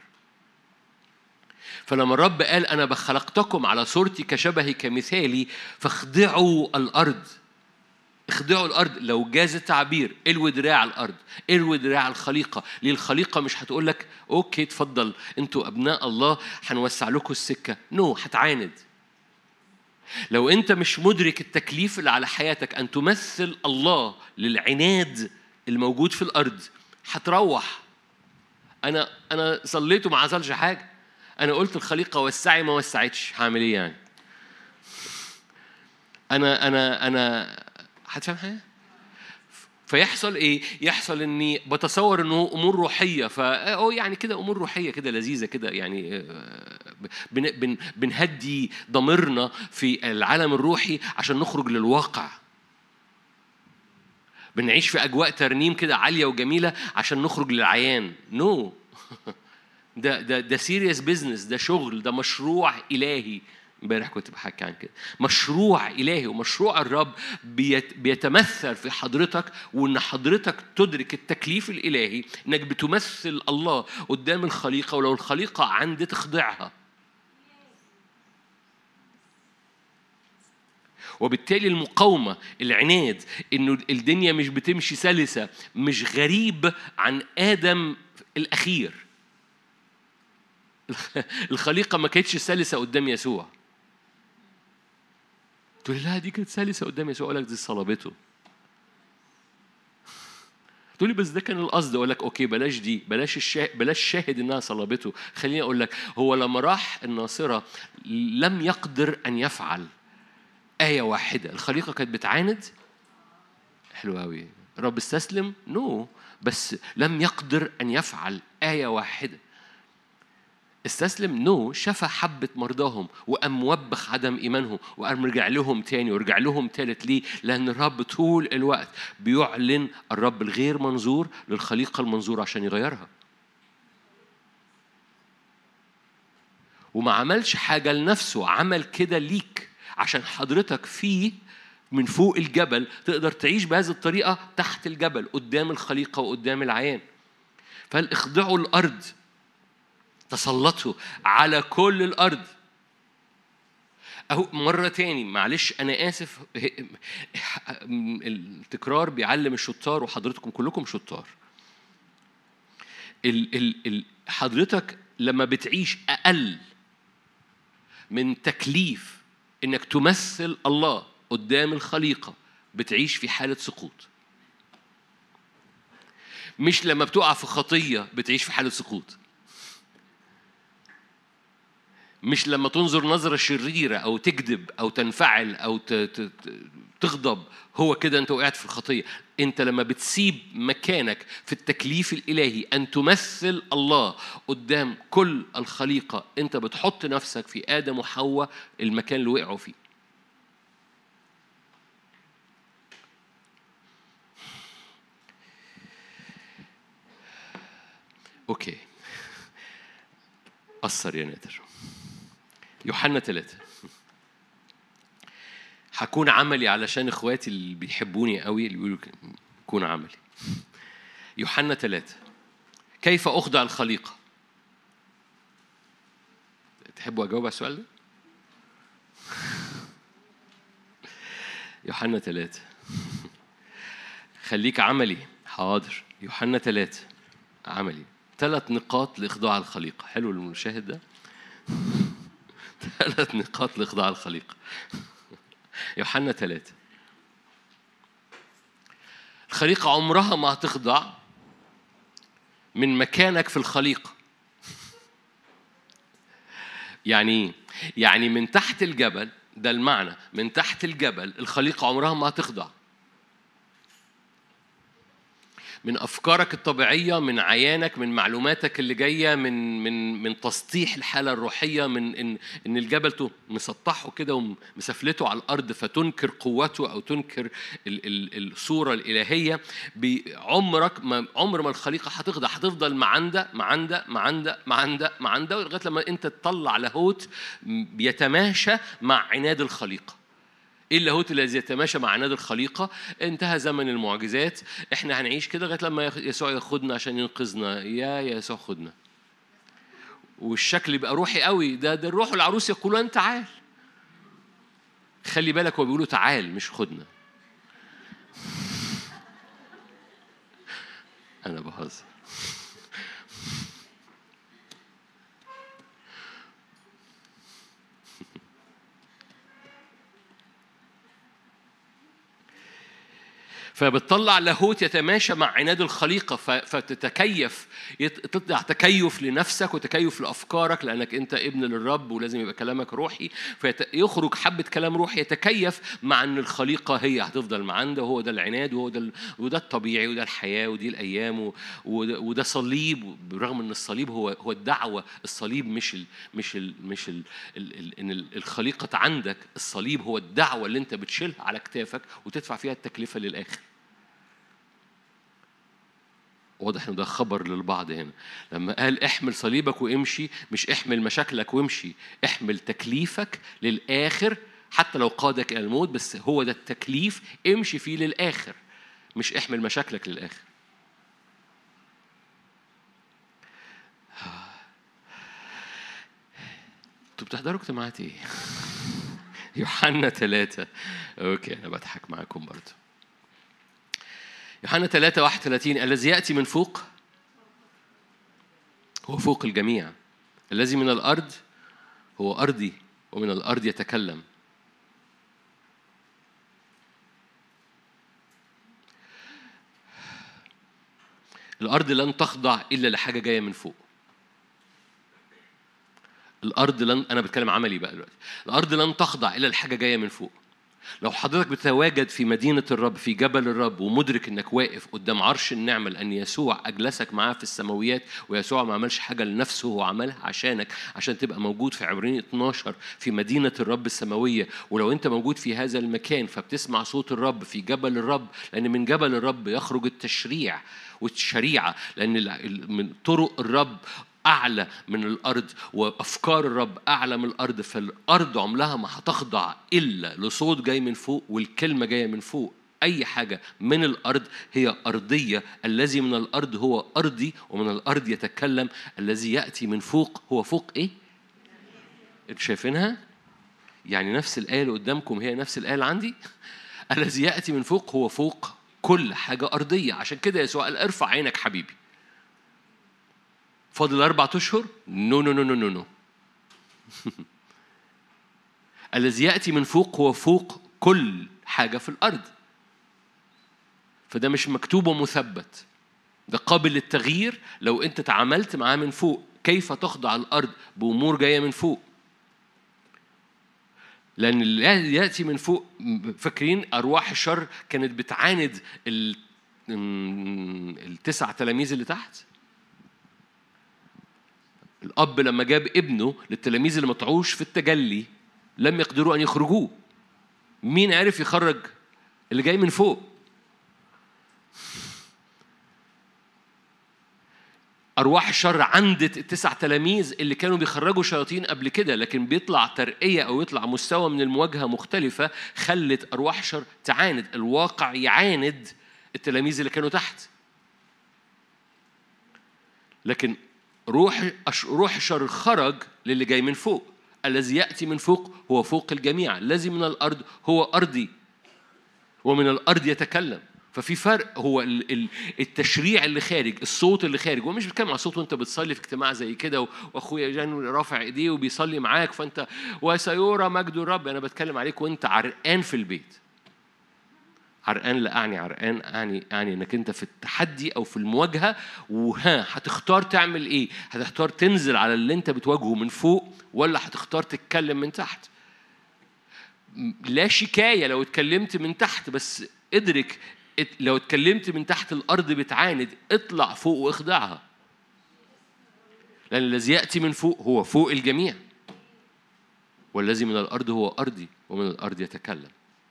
فلما الرب قال أنا بخلقتكم على صورتي كشبهي كمثالي، فاخضعوا الأرض. اخضعوا الأرض، لو جاز التعبير الوي دراع الأرض، الوي دراع الخليقة. ليه؟ الخليقة مش هتقول لك أوكي تفضل أنتوا أبناء الله هنوسع لكم السكة، هتعاند. لو أنت مش مدرك التكليف اللي على حياتك أن تمثل الله للعناد الموجود في الأرض، هتروح. أنا صليت وما حصلش حاجة. أنا قلت الخليقة وسعي ما وسعتش، هعمل إيه يعني؟ أنا هتفهم حاجة؟ فيحصل إيه؟ يحصل إني بتصور إنه أمور روحية، يعني كده أمور روحية كده لذيذة كده، يعني بنهدي ضميرنا في العالم الروحي عشان نخرج للواقع. بنعيش في أجواء ترنيم كده عالية وجميلة عشان نخرج للعيان. نو ده سيريس بيزنس، ده شغل، ده مشروع إلهي. امبارح كنت بحكي عن كده، مشروع إلهي، ومشروع الرب بيتمثل في حضرتك، وإن حضرتك تدرك التكليف الإلهي إنك بتمثل الله قدام الخليقة، ولو الخليقة عند تخضعها. وبالتالي المقاومة، العناد، إنه الدنيا مش بتمشي سلسة، مش غريب عن آدم الأخير. الخليقة ما كانتش سلسة قدام يسوع. تقول لا دي كانت سلسة قدام يسوع، أقول لك دي صلابته. تقول لي بس ده كان القصد، أقول لك أوكي بلاش دي، بلاش شاهد إنها صلابته. خليني أقول لك، هو لما راح الناصرة لم يقدر أن يفعل آية واحدة. الخليقة كانت بتعاند، حلو قوي، الرب استسلم، بس لم يقدر أن يفعل آية واحدة. استسلم، شفى حبة مرضاهم، وقام موبخ عدم إيمانهم، وقام رجع لهم تاني ورجع لهم تالت. ليه؟ لأن الرب طول الوقت بيعلن الرب الغير منظور للخليقة المنظور عشان يغيرها. وما عملش حاجة لنفسه، عمل كده ليك عشان حضرتك فيه من فوق الجبل تقدر تعيش بهذه الطريقة تحت الجبل قدام الخليقة وقدام العيان. فالاخضعوا الأرض، تسلطوا على كل الأرض. أهو مرة تاني، معلش أنا آسف، التكرار بيعلم الشطار، وحضرتكم كلكم شطار. حضرتك لما بتعيش أقل من تكليف إنك تمثل الله قدام الخليقة، بتعيش في حالة سقوط. مش لما بتقع في خطية بتعيش في حالة سقوط. مش لما تنظر نظرة شريرة أو تكذب أو تنفعل أو تغضب هو كده أنت وقعت في الخطية. أنت لما بتسيب مكانك في التكليف الإلهي أن تمثل الله قدام كل الخليقة، أنت بتحط نفسك في آدم وحواء، المكان اللي وقعوا فيه. أوكي، أثر يا نادر. يوحنا 3. هكون عملي علشان إخواتي اللي بيحبوني قوي اللي بيقولوا كون عملي. يوحنا 3. كيف أخضع الخليقة؟ تحبوا أجاوب على السؤال ده؟ يوحنا 3. خليك عملي. حاضر. يوحنا 3 عملي. 3 نقاط لإخضاع الخليقة. حلو المشاهد ده؟ 3 نقاط لإخضاع الخليقة. يوحنا 3. الخليقة عمرها ما هتخضع من مكانك في الخليقة. يعني من تحت الجبل، ده المعنى، من تحت الجبل الخليقة عمرها ما هتخضع. من أفكارك الطبيعية، من عيانك، من معلوماتك اللي جاية من تسطيح الحالة الروحية، من إن الجبل مسطحه كده ومسفلته على الأرض فتنكر قوته أو تنكر الصورة الإلهية. عمر ما الخليقة هتخضع، هتفضل معندة لغاية لما أنت تطلع لاهوت بيتماشى مع عناد الخليقة. إيه اللاهوت الذي يتماشى مع عناد الخليقة؟ انتهى زمن المعجزات، احنا هنعيش كده لغاية لما يسوع ياخدنا عشان ينقذنا. يا يسوع خدنا، والشكل يبقى روحي قوي. ده الروح والعروس يقولون تعال. خلي بالك، هو بيقولوا تعال مش خدنا. أنا بهزر. فبتطلع لاهوت يتماشى مع عناد الخليقة، فتتكيف، تطلع تكيف لنفسك وتكيف لأفكارك، لأنك أنت ابن للرب ولازم يبقى كلامك روحي. فيخرج حبة كلام روحي يتكيف مع أن الخليقة هي هتفضل معاندة، وهو ده العناد، وده الطبيعي، وده الحياة، ودي الأيام، وده صليب. برغم أن الصليب هو الدعوة. الصليب مش إن الخليقة عندك. الصليب هو الدعوة اللي أنت بتشيلها على كتافك وتدفع فيها التكلفة للآخر. واضح إنه ده خبر للبعض هنا. لما قال احمل صليبك وامشي، مش احمل مشاكلك وامشي، احمل تكليفك للآخر حتى لو قادك إلى الموت، بس هو ده التكليف، امشي فيه للآخر، مش احمل مشاكلك للآخر. انتوا بتحضروا اجتماعات ايه؟ يوحنا 3. اوكي انا بضحك معاكم برضه. يوحنا 3:31 الذي يأتي من فوق هو فوق الجميع، الذي من الأرض هو أرضي ومن الأرض يتكلم. الأرض لن تخضع إلا لحاجة جاية من فوق. الأرض أنا بتكلم عملي بقى دلوقتي. الأرض لن تخضع إلا لحاجة جاية من فوق. لو حضرتك بتتواجد في مدينة الرب، في جبل الرب، ومدرك إنك واقف قدام عرش النعمة لأن يسوع أجلسك معاه في السماويات، ويسوع ما عملش حاجة لنفسه، هو عملها عشانك، عشان تبقى موجود في عبرانيين 12 في مدينة الرب السماوية. ولو أنت موجود في هذا المكان فبتسمع صوت الرب في جبل الرب، لأن من جبل الرب يخرج التشريع والشريعة، لأن من طرق الرب أعلى من الأرض، وأفكار الرب أعلى من الأرض. فالأرض عمرها ما هتخضع إلا لصوت جاي من فوق والكلمة جاية من فوق. أي حاجة من الأرض هي أرضية. الذي من الأرض هو أرضي ومن الأرض يتكلم. الذي يأتي من فوق هو فوق إيه؟ أنتوا شايفينها؟ يعني نفس الآية اللي قدامكم هي نفس الآية اللي عندي. الذي يأتي من فوق هو فوق كل حاجة أرضية. عشان كده يسوع قال ارفع عينك حبيبي. فاضل 4 أشهر؟ نو نو نو نو نو نو. الذي يأتي من فوق هو فوق كل حاجة في الأرض. فده مش مكتوب ومثبت، ده قابل للتغيير لو أنت تعاملت معاه من فوق. كيف تخضع الأرض بأمور جاية من فوق؟ لأن اللي يأتي من فوق، فاكرين أرواح الشر كانت بتعاند 9 تلاميذ اللي تحت؟ الأب لما جاب ابنه للتلاميذ اللي مطعوش في التجلي لم يقدروا أن يخرجوه. مين عرف يخرج اللي جاي من فوق؟ أرواح الشر عندت 9 تلاميذ اللي كانوا بيخرجوا شياطين قبل كده، لكن بيطلع ترقية أو يطلع مستوى من المواجهة مختلفة خلت أرواح الشر تعاند. الواقع يعاند التلاميذ اللي كانوا تحت، لكن روح الشر خرج للي جاي من فوق. الذي يأتي من فوق هو فوق الجميع. الذي من الأرض هو أرضي ومن الأرض يتكلم. ففي فرق. هو التشريع اللي خارج، الصوت اللي خارج. ومش بتكلم على صوت وانت بتصلي في اجتماع زي كده واخويا جان رافع ايديه وبيصلي معاك فانت وسيرى مجد الرب. انا بتكلم عليك وانت عرقان في البيت. عرقان لا أعني عرقان، أعني إنك أنت في التحدي أو في المواجهة، هتختار تعمل إيه؟ هتختار تنزل على اللي أنت بتواجهه من فوق ولا هتختار تتكلم من تحت؟ لا شكاية لو اتكلمت من تحت، بس ادرك لو اتكلمت من تحت الأرض بتعاند، اطلع فوق واخدعها. لأن الذي يأتي من فوق هو فوق الجميع، والذي من الأرض هو أرضي ومن الأرض يتكلم.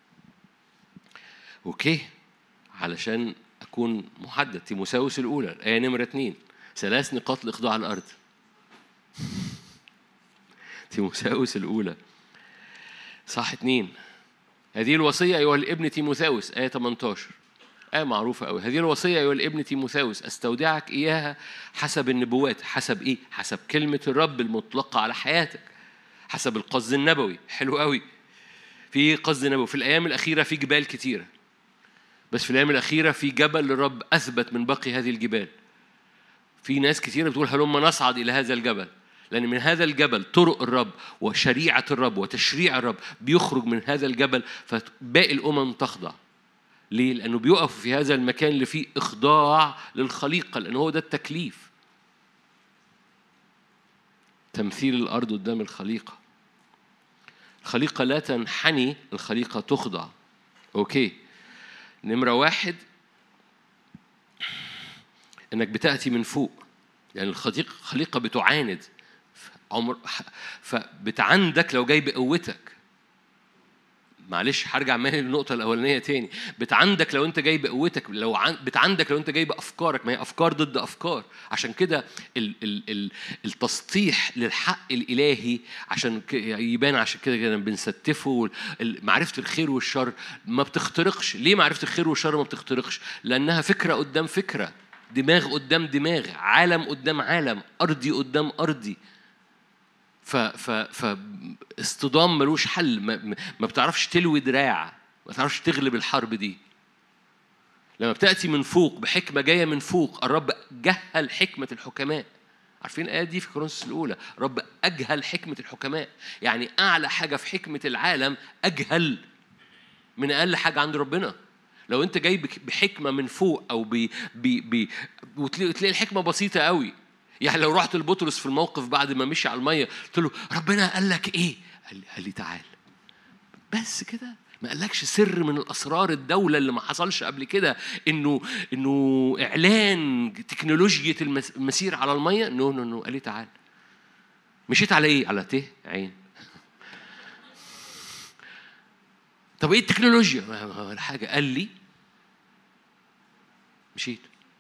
أوكي، علشان أكون محدد. تيموثاوس الأولى الآية نمرة 2، 3 نقاط لإخضاع الأرض. تيموثاوس الأولى صح 2. هذه الوصية أيها الابن تيموثاوس، آية 18، آية معروفة أوي. هذه الوصية أيها الابن تيموثاوس أستودعك إياها حسب النبوات. حسب إيه؟ حسب كلمة الرب المطلقة على حياتك، حسب القصد النبوي. حلو أوي. في قصد نبوي. في الأيام الأخيرة في جبال كتيرة، بس في الأيام الأخيرة في جبل الرب أثبت من باقي هذه الجبال. في ناس كتيرة بتقول هلما نصعد إلى هذا الجبل، لأن من هذا الجبل طرق الرب وشريعة الرب وتشريع الرب بيخرج من هذا الجبل، فباقي الأمم تخضع. ليه؟ لأنه بيقفوا في هذا المكان اللي فيه إخضاع للخليقة، لأنه هو ده التكليف. تمثيل الأرض قدام الخليقة. الخليقة لا تنحني، الخليقة تخضع. أوكي، نمرة 1 إنك بتأتي من فوق، يعني الخليقة بتعاند فبتعندك لو جاي بقوتك. معلش هرجع مالي للنقطة الأولانية تاني. بتعندك لو أنت جاي بقوتك، بتعندك لو أنت جاي بأفكارك، ما هي أفكار ضد أفكار. عشان كده التسطيح للحق الإلهي عشان يبان، عشان كده بنستفه. معرفة الخير والشر ما بتخترقش. ليه معرفة الخير والشر ما بتخترقش؟ لأنها فكرة قدام فكرة، دماغ قدام دماغ، عالم قدام عالم، أرضي قدام أرضي. اصطدام ملوش حل. ما بتعرفش تلوي دراع، ما بتعرفش تغلب الحرب دي. لما بتأتي من فوق بحكمة جاية من فوق، الرب جهل حكمة الحكماء. عارفين الآية دي في كورنثوس الأولى؟ رب أجهل حكمة الحكماء. يعني أعلى حاجة في حكمة العالم أجهل من أقل حاجة عند ربنا. لو أنت جاي بحكمة من فوق أو وتلاقي الحكمة بسيطة قوي. يعني لو رحت لبطرس في الموقف بعد ما مشي على المية، قلت له ربنا قال لك إيه؟ قال لي تعال. بس كده. ما قالكش سر من الأسرار الدولة اللي ما حصلش قبل كده، إنه إعلان تكنولوجيا المسير على المية. نو قال لي تعال. مشيت على إيه؟ على عين. طب إيه التكنولوجيا؟ ولا حاجة. قال لي مشيت.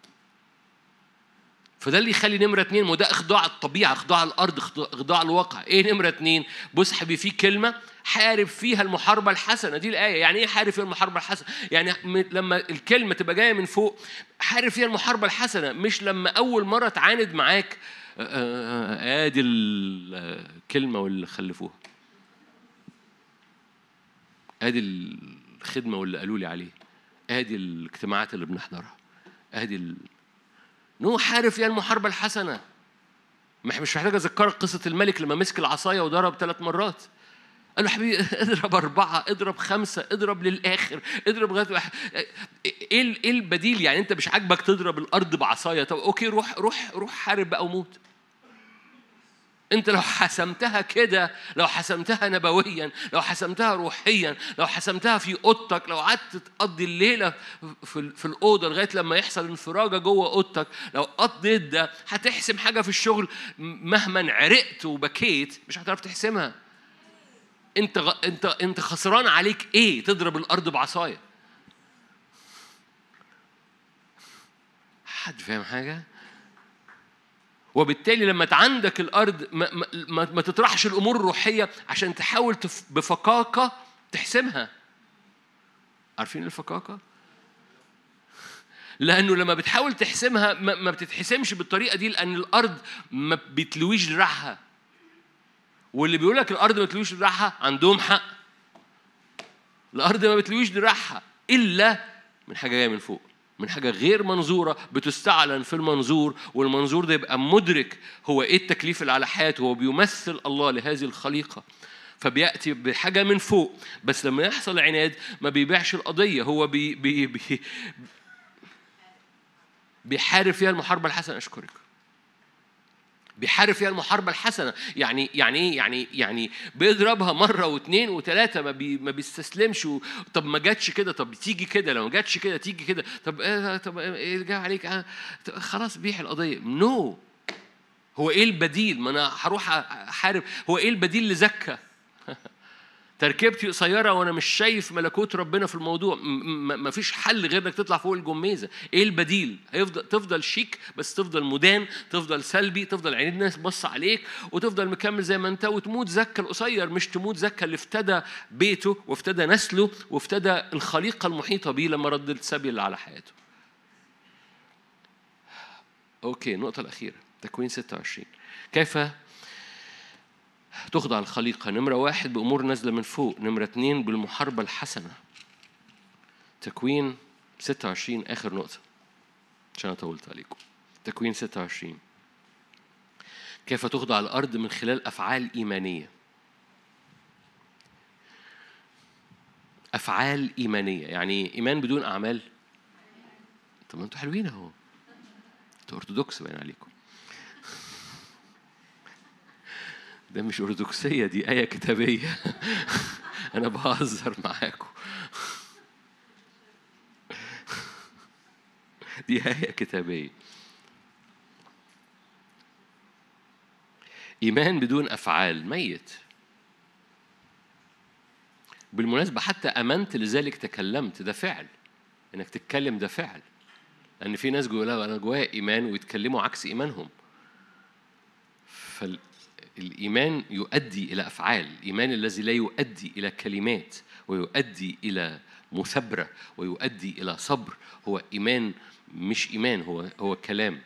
فده اللي يخلي نمرة 2، وده إخضاع الطبيعة، إخضاع الأرض، إخضاع الواقع. إيه نمرة 2؟ بص حبيبي، في كلمة حارب فيها المحاربة الحسنة. دي الآية. يعني إيه حارب فيها المحاربة الحسنة؟ يعني لما الكلمة تبقى جاية من فوق، حارب فيها المحاربة الحسنة. مش لما أول مرة تعاند معاك آدي الكلمة واللي خلفوها، آدي الخدمة واللي قالوا لي عليه، آدي الاجتماعات اللي بنحضرها، آدي نو حارب فيها المحاربة الحسنة. مش محتاج أذكرك قصة الملك لما مسك العصاية وضرب 3 مرات. قال له حبيبي اضرب 4، اضرب 5، اضرب للآخر، اضرب لغاية إيه البديل؟ يعني أنت مش عاجبك تضرب الأرض بعصاية، طب أوكي، روح حارب بقى وموت. أنت لو حسمتها كده، لو حسمتها نبويا، لو حسمتها روحيا، لو حسمتها في أوضتك، لو قعدت تقضي الليلة في الأوضة لغاية لما يحصل انفراجة جوه أوضتك، لو قضيت ده هتحسم حاجة في الشغل. مهما عرقت وبكيت مش هتعرف تحسمها. أنت خسران عليك إيه؟ تضرب الأرض بعصاية. حد فاهم حاجة؟ وبالتالي لما عندك الأرض ما تطرحش الأمور الروحية عشان تحاول بفكاكة تحسمها. عارفين الفكاكة؟ لأنه لما بتحاول تحسمها ما بتتحسمش بالطريقة دي، لأن الأرض ما بتلويش دراعها. واللي بيقولك الأرض ما بتلويش دراعها عندهم حق. الأرض ما بتلويش دراعها إلا من حاجة جاية من فوق، من حاجة غير منظورة بتستعلن في المنظور. والمنظور ده يبقى مدرك هو إيه التكليف اللي على حياته. هو بيمثل الله لهذه الخليقة، فبيأتي بحاجة من فوق. بس لما يحصل عناد ما بيبيعش القضية، هو بيحارب فيها المحاربة الحسنة. أشكرك. بيحارب فيها المحاربة الحسنة. يعني إيه؟ يعني بيضربها مرة واثنين وثلاثة، ما بيستسلمش. طب ما جاتش كده، طب تيجي كده، لو ما جاتش كده تيجي كده. طب إيه جا عليك؟ خلاص بيح القضية. نو. هو إيه البديل؟ ما أنا هروح أحارب. هو إيه البديل لزكا؟ تركيبتي قصيرة وأنا مش شايف ملكوت ربنا في الموضوع. ما فيش حل غير إنك تطلع فوق الجميزة. إيه البديل؟ تفضل شيك بس تفضل مدان، تفضل سلبي، تفضل عين الناس بص عليك، وتفضل مكمل زي ما أنت، وتموت زكا القصير. مش تموت زكا اللي افتدى بيته وافتدى نسله وافتدى الخليقة المحيطة بيه لما رد السبي اللي على حياته. أوكي، النقطة الأخيرة، تكوين 26. كيف تخضع الخليقة؟ نمرة 1 بأمور نازلة من فوق. نمرة 2 بالمحاربة الحسنة. تكوين 26 آخر نقطة عشان أنا طولت عليكم. تكوين 26. كيف تخضع الأرض؟ من خلال أفعال إيمانية. أفعال إيمانية. يعني إيمان بدون أعمال. طب ما أنتوا حلوين أهو، أنتوا أرثوذكس باين عليكم. ده مش أرثوذكسية، دي آية كتابية. أنا بهزر معاكم. دي آية كتابية. إيمان بدون أفعال ميت. بالمناسبة حتى آمنت لذلك تكلمت، ده فعل. إنك تتكلم ده فعل. لأن في ناس جواها أنا جوايا إيمان ويتكلموا عكس إيمانهم. فالإيمان يؤدي إلى أفعال. الإيمان الذي لا يؤدي إلى كلمات ويؤدي إلى مثابرة ويؤدي إلى صبر هو إيمان، مش إيمان، هو كلام.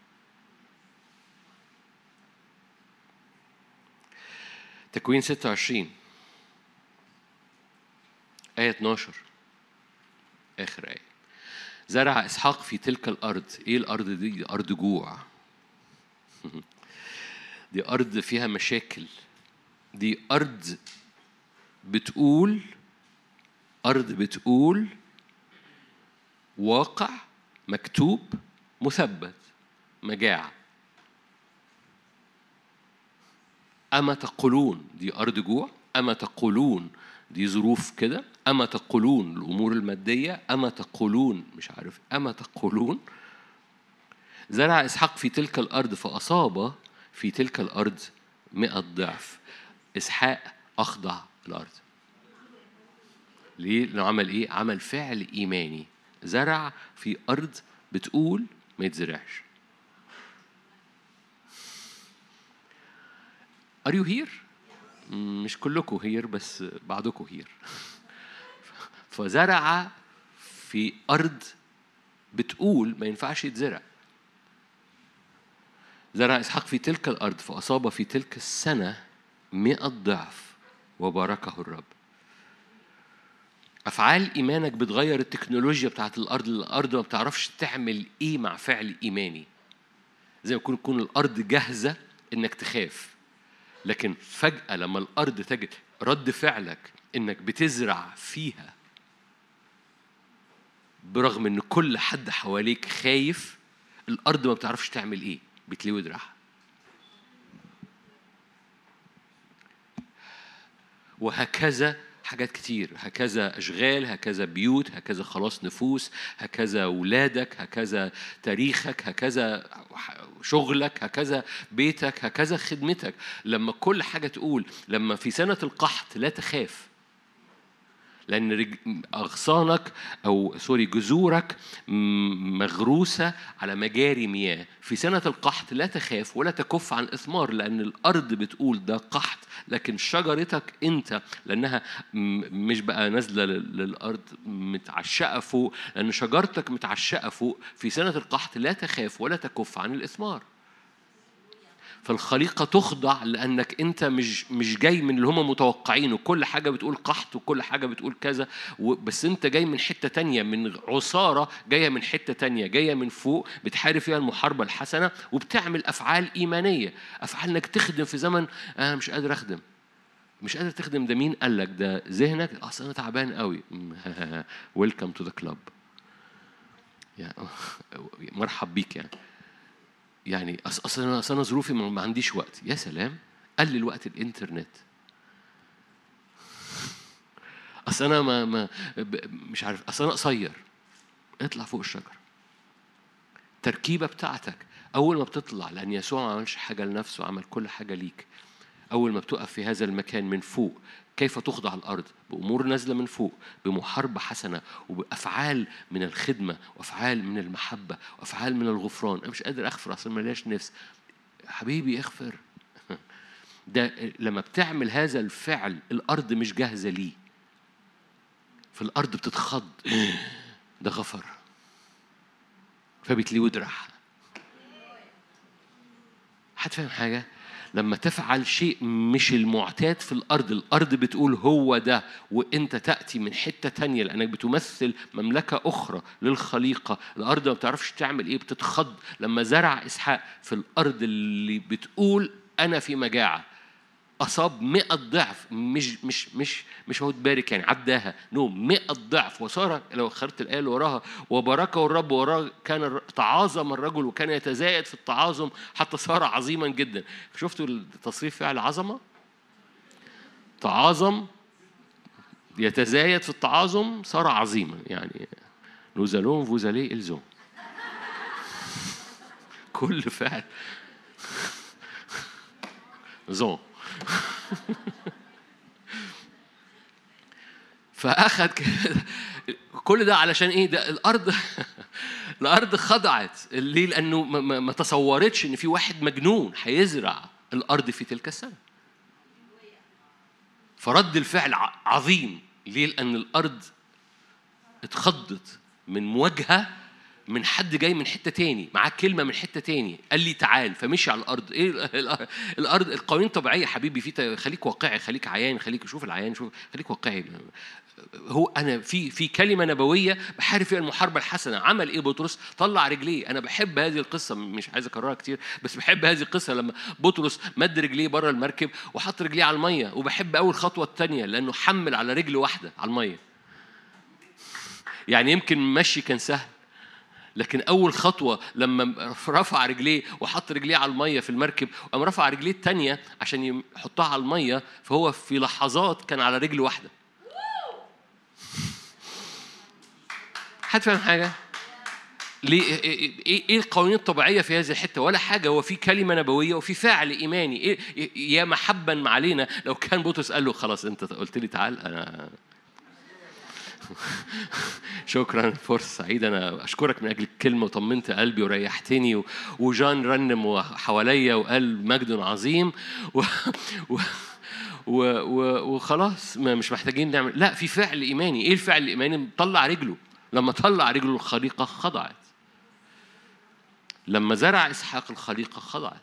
تكوين 26 آية 12 آخر آية. زرع إسحاق في تلك الأرض. إيه الأرض دي؟ دي أرض جوع. دي أرض فيها مشاكل. دي أرض بتقول واقع مكتوب مثبت، مجاعة. أما تقولون دي أرض جوع، أما تقولون دي ظروف كده، أما تقولون الأمور المادية، أما تقولون مش عارف، أما تقولون. زرع إسحاق في تلك الأرض فأصاب في تلك الأرض 100 ضعف. إسحاق أخضع الأرض. ليه؟ لأنه عمل إيه؟ عمل فعل إيماني. زرع في أرض بتقول ما يتزرعش. Are you here؟ مش كلكم هير بس بعضكم هير. فزرع في أرض بتقول ما ينفعش يتزرع. زرع إسحاق في تلك الأرض فأصاب في تلك السنة 100 ضعف وباركه الرب. أفعال إيمانك بتغير التكنولوجيا بتاعت الأرض. الأرض ما بتعرفش تعمل إيه مع فعل إيماني. زي ما يكون الأرض جاهزة إنك تخاف، لكن فجأة لما الأرض تجد رد فعلك إنك بتزرع فيها برغم إن كل حد حواليك خايف، الأرض ما بتعرفش تعمل إيه، بتلوي دراعها. وهكذا حاجات كتير، هكذا أشغال، هكذا بيوت، هكذا خلاص نفوس، هكذا أولادك، هكذا تاريخك، هكذا شغلك، هكذا بيتك، هكذا خدمتك. لما كل حاجة تقول، لما في سنة القحط لا تخاف، لأن أغصانك جذورك مغروسة على مجاري مياه. في سنة القحط لا تخاف ولا تكف عن إثمار، لأن الأرض بتقول ده قحط، لكن شجرتك أنت لأنها مش بقى نازلة للأرض متعشقة فوق، لأن شجرتك متعشقة فوق. في سنة القحط لا تخاف ولا تكف عن الإثمار. فالخليقة تخضع لأنك أنت مش جاي من اللي هم متوقعينه. كل حاجة بتقول قحط وكل حاجة بتقول كذا، بس أنت جاي من حتة تانية، من عصارة جاية من حتة تانية، جاية من فوق، بتحارب فيها المحاربة الحسنة وبتعمل أفعال إيمانية. أفعال إنك تخدم في زمن أنا مش قادر أخدم. مش قادر تخدم، ده مين قال لك؟ ده ذهنك. أصل أنا تعبان قوي. ويلكم تو ذا كلاب. مرحب بيك يعني أصل أنا ظروفي ما عنديش وقت. يا سلام، قلل وقت الإنترنت. أصل أنا مش عارف، أصل أنا قصير. اطلع فوق الشجرة. التركيبة بتاعتك أول ما بتطلع، لأن يسوع ما عملش حاجة لنفسه، عمل كل حاجة ليك. أول ما بتقف في هذا المكان من فوق، كيف تخضع الأرض؟ بأمور نازلة من فوق، بمحاربة حسنة وبأفعال من الخدمة وأفعال من المحبة وأفعال من الغفران. أنا مش قادر أغفر، أصلا ملاش نفس. حبيبي اغفر. ده لما بتعمل هذا الفعل الأرض مش جاهزة ليه، فالأرض بتتخض. ده غفر، فبتلوي دراعها. حد فاهم حاجة؟ لما تفعل شيء مش المعتاد في الأرض، الأرض بتقول هو ده، وإنت تأتي من حتة تانية لأنك بتمثل مملكة أخرى للخليقة. الأرض ما بتعرفش تعمل إيه، بتتخض. لما زرع إسحاق في الأرض اللي بتقول أنا في مجاعة، أصاب 100 ضعف. مش هو تبارك يعني عداها، 100 ضعف. وصار، لو اخرت الآية اللي وراها، وباركه الرب وراه كان تعاظم الرجل وكان يتزايد في التعاظم حتى صار عظيما جدا. شفتوا التصريف فعل عظمة؟ تعاظم، يتزايد في التعاظم، صار عظيما. يعني نوزالون فوزالي إلزون. كل فعل زون. فأخذ كل ده علشان إيه؟ ده الأرض الأرض خضعت. ليه؟ لأنه ما تصورتش إن في واحد مجنون هيزرع الأرض في تلك السنة. فرد الفعل عظيم. ليه؟ لأن الأرض اتخضت من مواجهة من حد جاي من حتة تاني، معاه كلمة من حتة تاني، قال لي تعال، فمشي على الأرض. إيه الأرض؟ القوانين الطبيعية حبيبي، خليك واقعي، خليك عيان، خليك شوف العيان، خليك واقعي. هو أنا في كلمة نبوية بحارب فيها المحاربة الحسنة. عمل إيه بطرس؟ طلع رجليه. أنا بحب هذه القصة، مش عايز أكررها كتير، بس بحب هذه القصة لما بطرس مد رجليه بره المركب وحط رجليه على المية. وبحب أول خطوة التانية لأنه حمل على رجل واحدة على المية. يعني يمكن مشي كان سهل، لكن أول خطوة لما رفع رجليه وحط رجليه على المية في المركب، وقام رفع رجليه التانية عشان يحطها على المية، فهو في لحظات كان على رجل واحدة. حد فاهم حاجة؟ ليه؟ إيه القوانين الطبيعية في هذه الحتة؟ ولا حاجة. هو في كلمة نبوية وفي فعل إيماني. إيه يا محبا علينا لو كان بطرس قال له خلاص أنت قلت لي تعال، أنا شكرا، فرصة سعيدة. أنا أشكرك من أجل الكلمة وطمنت قلبي وريحتني. وجان رنم حواليا وقال مجد عظيم وخلاص مش محتاجين نعمل. لا، في فعل إيماني. إيه الفعل الإيماني؟ طلع رجله. لما طلع رجله الخليقة خضعت. لما زرع إسحاق الخليقة خضعت.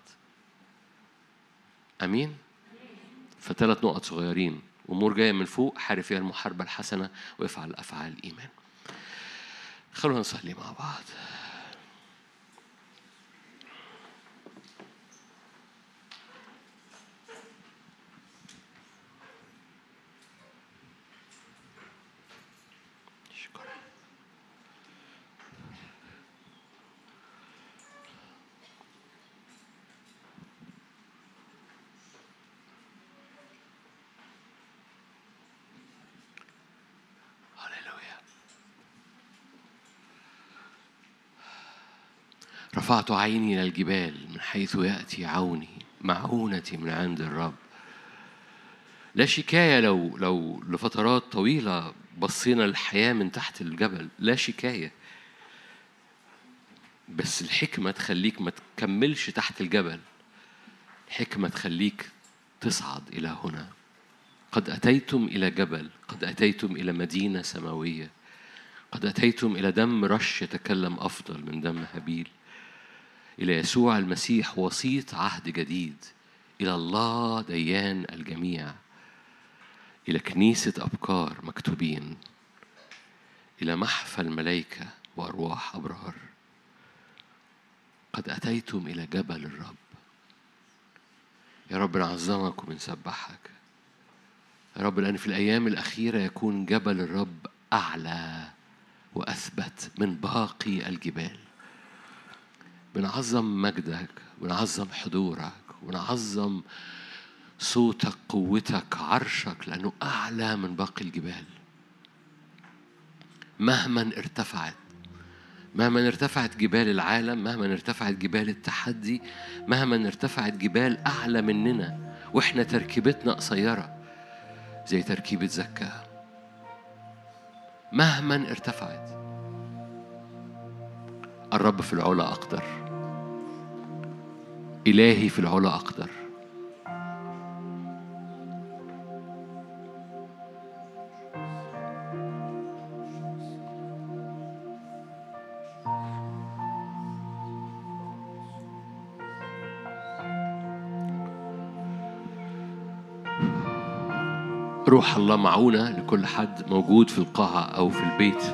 أمين. فثلاث نقط صغيرين، أمور جاية من فوق حارب فيها المحاربة الحسنة ويفعل أفعال الإيمان. خلونا نصلي مع بعض. رفعت عيني إلى الجبال من حيث يأتي عوني، معونتي من عند الرب. لا شكاية لو لفترات طويلة بصينا للحياة من تحت الجبل، لا شكاية. بس الحكمة تخليك ما تكملش تحت الجبل. الحكمة تخليك تصعد إلى هنا. قد أتيتم إلى جبل، قد أتيتم إلى مدينة سماوية، قد أتيتم إلى دم رش يتكلم أفضل من دم هابيل، إلى يسوع المسيح وسيط عهد جديد، إلى الله ديان الجميع، إلى كنيسة أبكار مكتوبين، إلى محفى الملائكة وأرواح أبرار. قد أتيتم إلى جبل الرب. يا رب نعظمك ونسبحك يا رب، لأن في الأيام الأخيرة يكون جبل الرب أعلى وأثبت من باقي الجبال. بنعظم مجدك ونعظم حضورك ونعظم صوتك، قوتك، عرشك، لأنه أعلى من باقي الجبال. مهما ارتفعت جبال العالم، مهما ارتفعت جبال التحدي، مهما ارتفعت جبال أعلى مننا وإحنا تركيبتنا قصيرة زي تركيبة زكا، مهما ارتفعت الرب في العلا أقدر، إلهي في العلا أقدر. روح الله معونة لكل حد موجود في القاعة أو في البيت.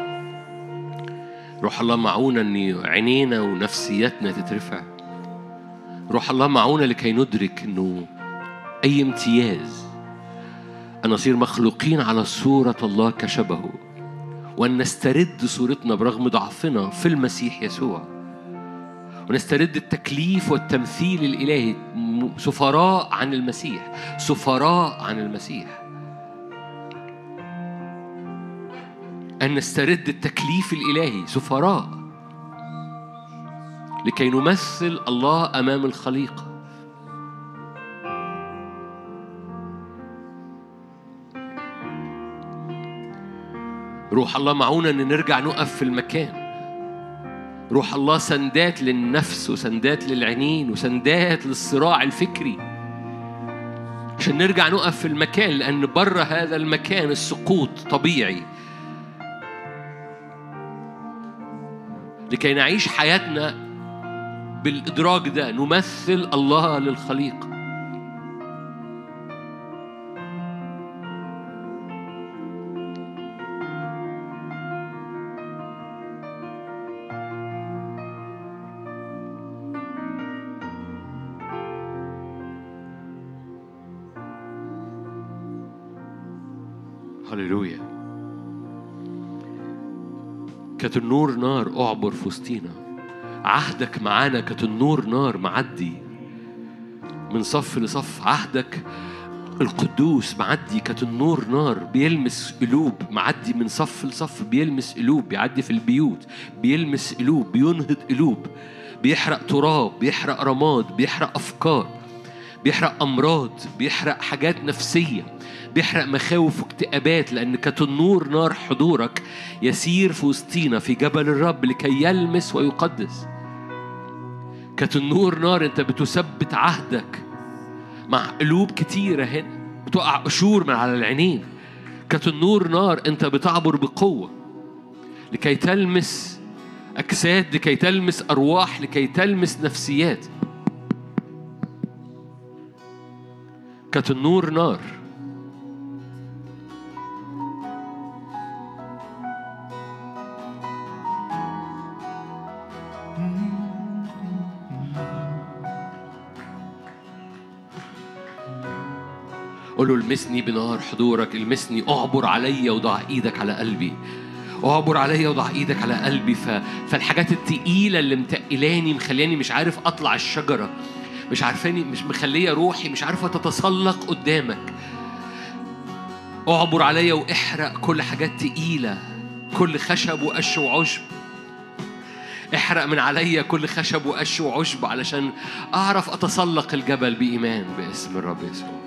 روح الله معونة أن عينينا ونفسيتنا تترفع. روح الله معونة لكي ندرك أنه أي امتياز أن نصير مخلوقين على صورة الله كشبهه، وأن نسترد صورتنا برغم ضعفنا في المسيح يسوع، ونسترد التكليف والتمثيل الإلهي. سفراء عن المسيح، سفراء عن المسيح. أن نسترد التكليف الإلهي، سفراء لكي نمثل الله أمام الخليقة. روح الله معونا إن نرجع نقف في المكان. روح الله سندات للنفس وسندات للعينين وسندات للصراع الفكري عشان نرجع نقف في المكان، لأن بره هذا المكان السقوط طبيعي. لكي نعيش حياتنا بالإدراك ده نمثل الله للخليقة. هللويا. كانت النور نار أعبر في وسطينا. عهدك معانا كانت النور نار معدي من صف لصف. عهدك القدوس معدي كانت النور نار بيلمس قلوب، معدي من صف لصف، بيلمس قلوب، بيعدي في البيوت، بيلمس قلوب، بينهض قلوب، بيحرق تراب، بيحرق رماد، بيحرق أفكار، بيحرق أمراض، بيحرق حاجات نفسية، بيحرق مخاوف واكتئابات. لأن كانت النور نار حضورك يسير في وسطينا في جبل الرب لكي يلمس ويقدس. كانت النور نار أنت بتثبت عهدك مع قلوب كتيرة هنا، بتقع قشور من على العينين. كانت النور نار أنت بتعبر بقوة لكي تلمس أجساد، لكي تلمس أرواح، لكي تلمس نفسيات. كانت النور نار. قل له المسني بنار حضورك، المسني، اعبر عليا وضع ايدك على قلبي، اعبر عليا وضع ايدك على قلبي. فالحاجات التقيلة اللي متقلاني مخلياني مش عارف اطلع الشجرة، مش عارفاني، مش مخلية روحي مش عارفة تتسلق قدامك. اعبر عليا واحرق كل حاجات تقيلة، كل خشب وقش وعشب. احرق من عليا كل خشب وقش وعشب علشان اعرف اتسلق الجبل بإيمان باسم الرب يسوع.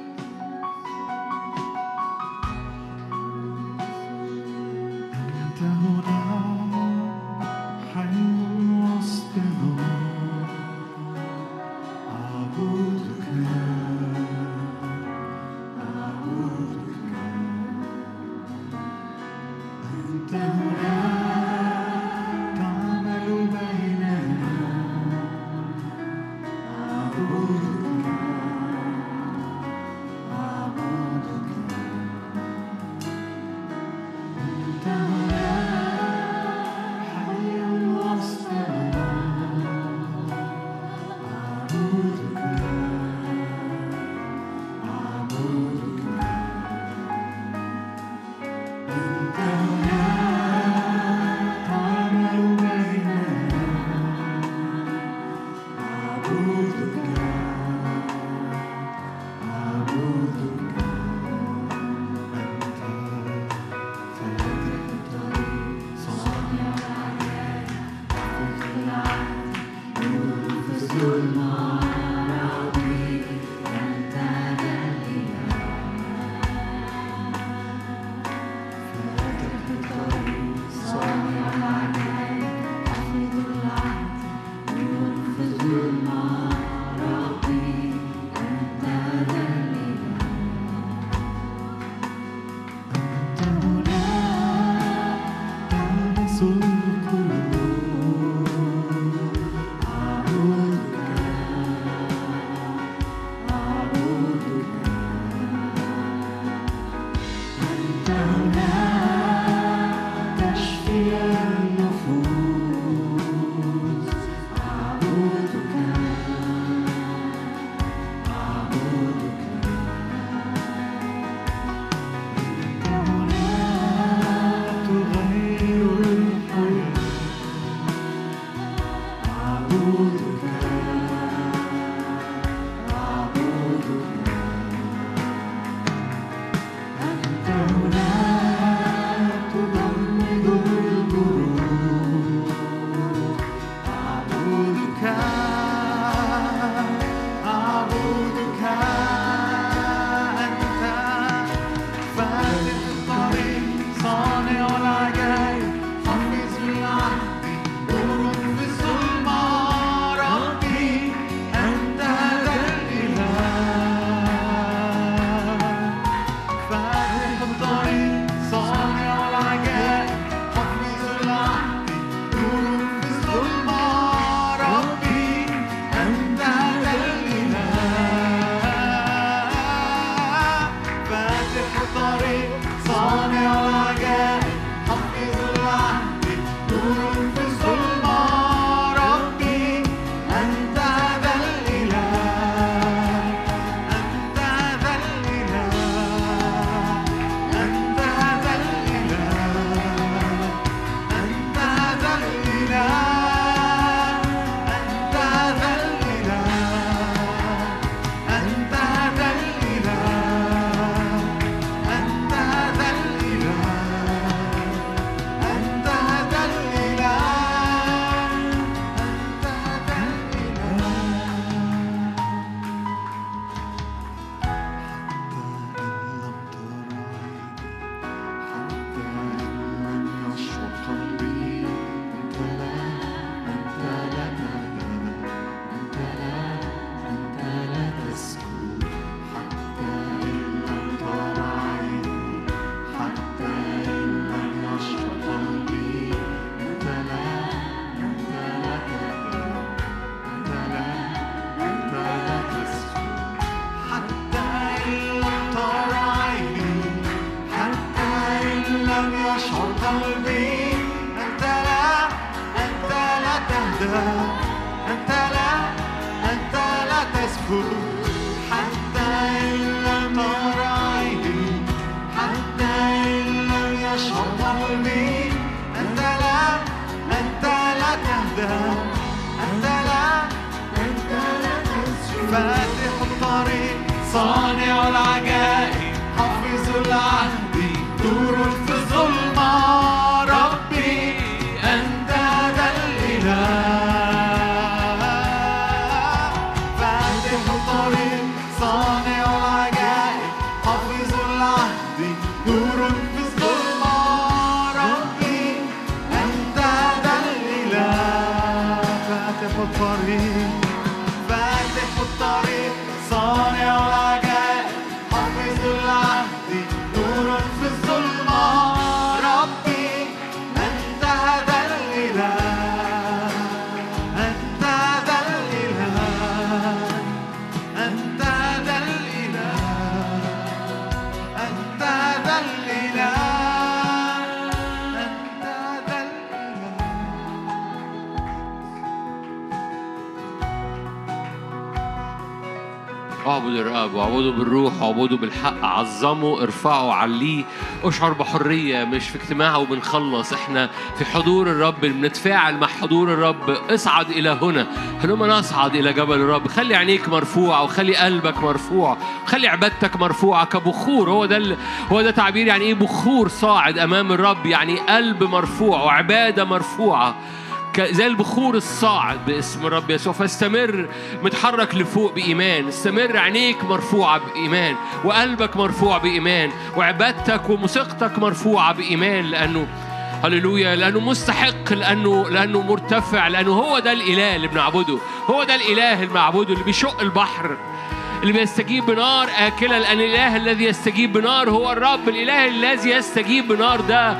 لم يشعر قلبي أنت لا تهدى، أنت لا تسكت حتى إن لم تر عيني، حتى إن لم يشعر قلبي أنت لا تهدى، أنت لا تسكت. فاتح الطريق صانع العجائب حافظ العهد نور في الظلمة، ربي أنت ذا الإله. فاتح الطريق صانع العجائب حافظ العهد نور في الظلمة، ربي أنت ذا الإله. فاتح الطريق صانع العجائب حافظ العهد نور في الظلمة، ربي أنت ذا الإله، أنت ذا الإله، أنت ذا الإله، أنت ذا الإله، أنت ذا الإله. اعبد الرب واعبده بالروح واعبده بالحق، عظمه ارفعه عليه، اشعر بحريه. مش في اجتماع وبنخلص، احنا في حضور الرب بنتفاعل مع حضور الرب. اصعد الى هنا، هلما نصعد الى جبل الرب. خلي عينيك مرفوعه وخلي قلبك مرفوع، خلي عبادتك مرفوعه كبخور. هو ده تعبير يعني ايه بخور صاعد امام الرب، يعني قلب مرفوع وعباده مرفوعه زي البخور الصاعد باسم الرب يسوع. فاستمر متحرك لفوق بإيمان، استمر عينيك مرفوعة بإيمان وقلبك مرفوع بإيمان وعبادتك وموسيقتك مرفوعة بإيمان، لأنه هللويا، لأنه مستحق، لأنه مرتفع، لأنه هو ده الإله اللي بنعبده، هو ده الإله المعبود اللي بيشق البحر، اللي بيستجيب بنار آكلة. لأن الإله الذي يستجيب بنار هو الرب. الإله الذي يستجيب بنار ده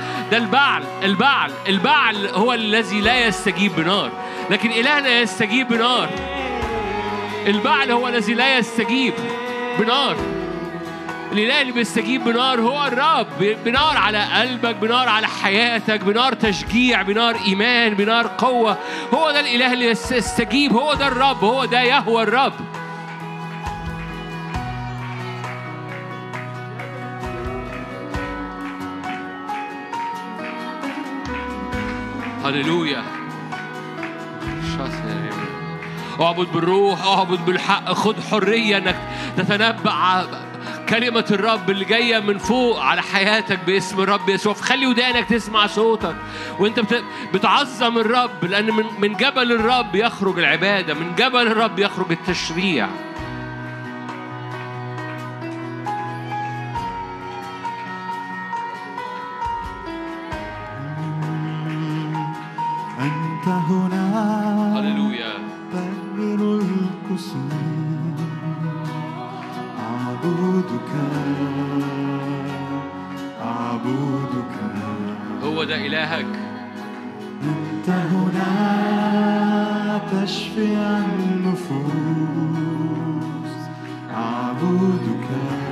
البعل هو الذي لا يستجيب بنار، لكن إلهنا يستجيب بنار. البعل هو الذي لا يستجيب بنار. الإله اللي بيستجيب بنار هو الرب، بنار على قلبك، بنار على حياتك، بنار تشجيع، بنار إيمان، بنار قوة. هو ده الإله اللي يستجيب، هو ده الرب، هو ده يهوه الرب. هللويا. اعبد بالروح، اعبد بالحق، خد حرية انك تتنبأ كلمة الرب اللي جاية من فوق على حياتك باسم الرب يسوع. خلي ودانك تسمع صوتك وانت بتعظم الرب، لأن من جبل الرب يخرج العبادة، من جبل الرب يخرج التشريع. أنت هنا هللويا. تغير الكسور، أعبدك هو ده إلهك. أنت هنا تشفي النفوس، أعبدك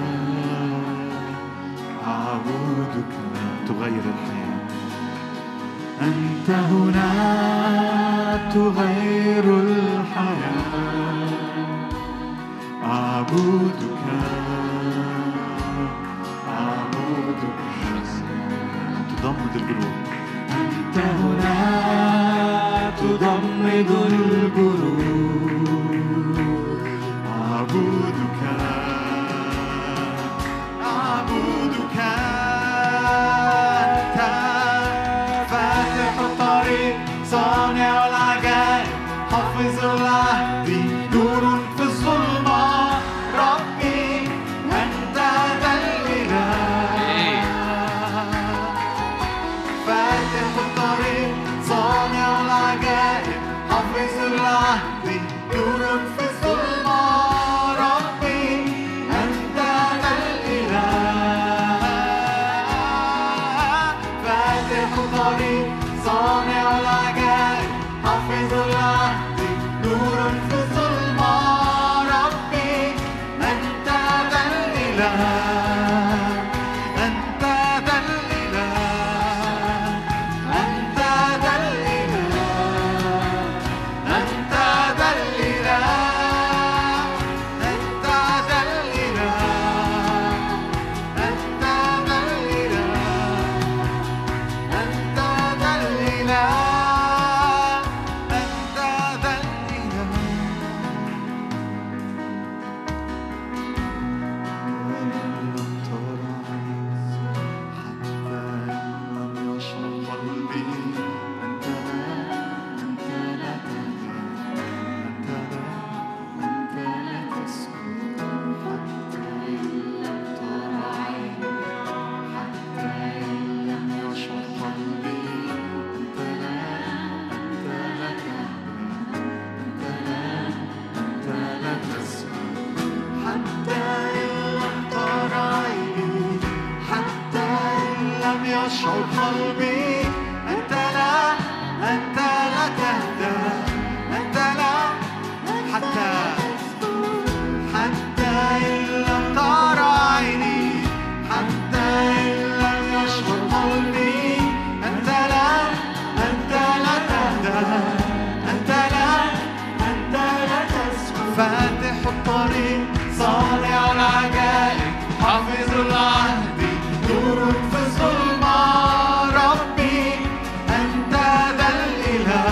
تغير الحياة. أنت هنا تغير الحياة، أعبدك تضمد القلوب. أنت هنا تضمد القلوب، أعبدك أنت فاتح الطريق صانع العجائب حافظ العهد نور في الظلمة، ربي أنت ذا الإله. فاتح الطريق صانع العجائب حافظ العهد نور في الظلمة، ربي أنت ذا الإله. فاتح الطريق صانع العجائب حافظ العهد نور في الظلمة، ربي أنت ذا الإله، أنت ذا الإله. يشعر قلبي أنت لا تهدى، أنت لا حتى إن لم ترى عيني، حتى إن لم يشعر قلبي أنت لا تهدى، أنت لا تسكن. فاتح الطريق صانع العجائب حافظ العهد نور في الظلمة ربي أنت ذا الإله.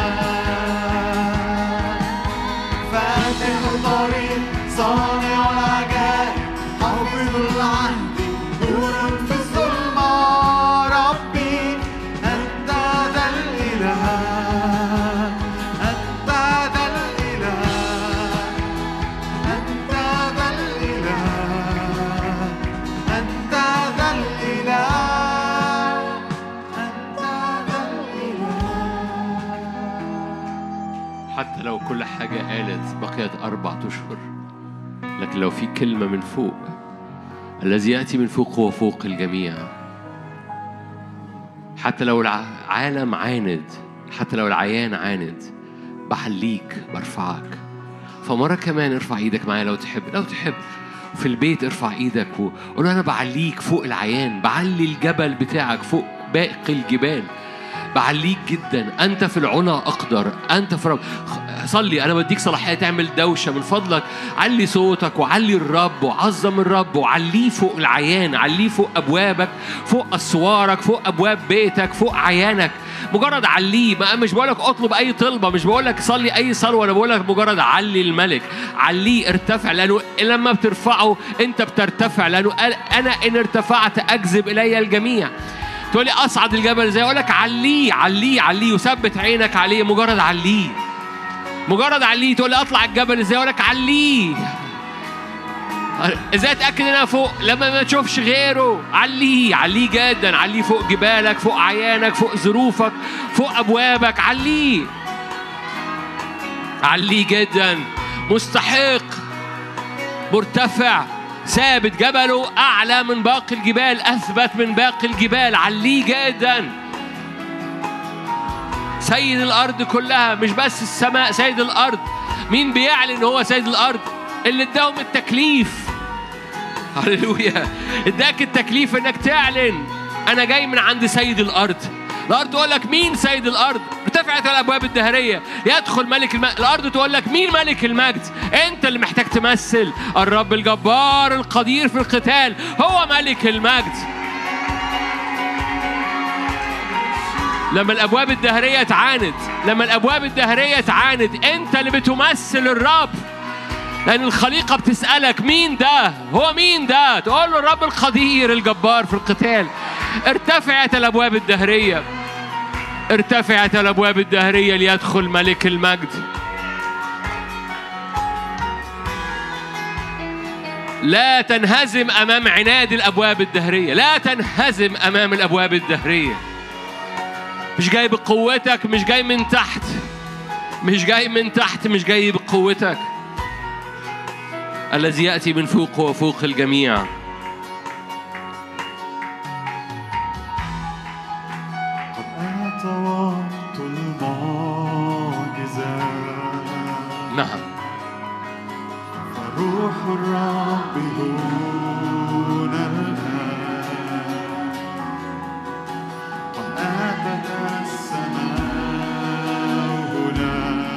فاتح الطريق صانع العجائب حافظ العهد نور في الظلمة ربي أنت ذا الإله، أنت ذا الإله، أنت ذا الإله، أنت ذا الإله، أنت ذا الإله. حتى لو كل حاجة قالت بقيت 4 أشهر، لكن لو في كلمة من فوق، الذي يأتي من فوق هو فوق الجميع. حتى لو العالم عاند، حتى لو العيان عاند، بحليك برفعك. فمرة كمان ارفع ايدك معايا لو تحب في البيت ارفع ايدك وقول انا بعليك فوق العيان، بعلي الجبل بتاعك فوق باقي الجبال، بعليك جدا. انت في العلا اقدر، انت في صلي. انا بديك صلاحيه تعمل دوشه من فضلك. علي صوتك وعلي الرب وعظم الرب وعليه فوق العيان، عليه فوق ابوابك، فوق اسوارك، فوق ابواب بيتك، فوق عيانك. مجرد عليه. مش بقولك اطلب اي طلبه، مش بقولك صلي اي صلوه، انا بقولك مجرد علي الملك، عليه ارتفع، لانه لما بترفعه انت بترتفع، لانه انا ان ارتفعت اجذب الي الجميع. تقولي اصعد الجبل ازاي؟ اقولك عليه عليه عليه وثبت عينك عليه. مجرد عليه، مجرد عليه. تقولي اطلع الجبل ازاي؟ اقولك عليه. ازاي اتاكد ان انا فوق؟ لما ما تشوفش غيره. عليه، عليه جدا، عليه فوق جبالك، فوق عيانك، فوق ظروفك، فوق ابوابك. عليه، عليه جدا. مستحق، مرتفع، ثابت، جبله اعلى من باقي الجبال، اثبت من باقي الجبال. عليه جدا. سيد الارض كلها، مش بس السماء، سيد الارض. مين بيعلن هو سيد الارض؟ اللي اداهم التكليف. هللويا. اداك التكليف انك تعلن انا جاي من عند سيد الارض. الارض تقول لك مين سيد الارض؟ ارتفعت الابواب الدهريه، يدخل ملك المجد. الارض تقول لك مين ملك المجد؟ انت اللي محتاج تمثل الرب الجبار القدير في القتال، هو ملك المجد. لما الابواب الدهريه تعاند، لما الابواب الدهريه تعاند، انت اللي بتمثل الرب، لأن الخليقة بتسألك مين ده؟ هو مين ده؟ تقول له الرب القدير الجبار في القتال. ارتفعت الأبواب الدهرية، ارتفعت الأبواب الدهرية ليدخل ملك المجد. لا تنهزم أمام عناد الأبواب الدهرية، لا تنهزم أمام الأبواب الدهرية. مش جاي بقوتك، مش جاي من تحت، مش جاي من تحت، مش جاي بقوتك. الذي يأتي من فوق هو فوق الجميع. قد أتى وقت المعجزة. نعم. فروح الرب هنا الآن. قد أتت السماء هنا.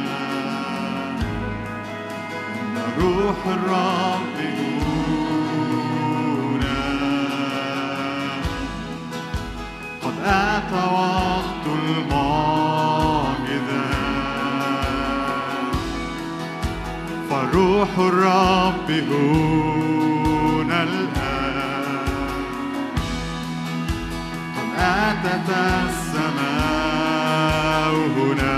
إن روح الرب هنا. قد أتى وقت المعجزة. فروح الرب هنا الآن. قد أتت السماء هنا.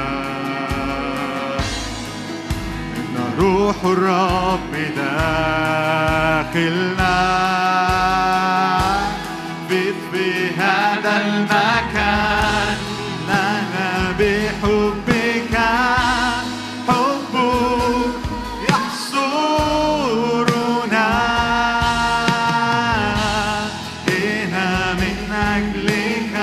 إن روح الرب داخلنا. بث بهذا المكان لنا بحبك. حبك يحصرنا. جئنا من أجلك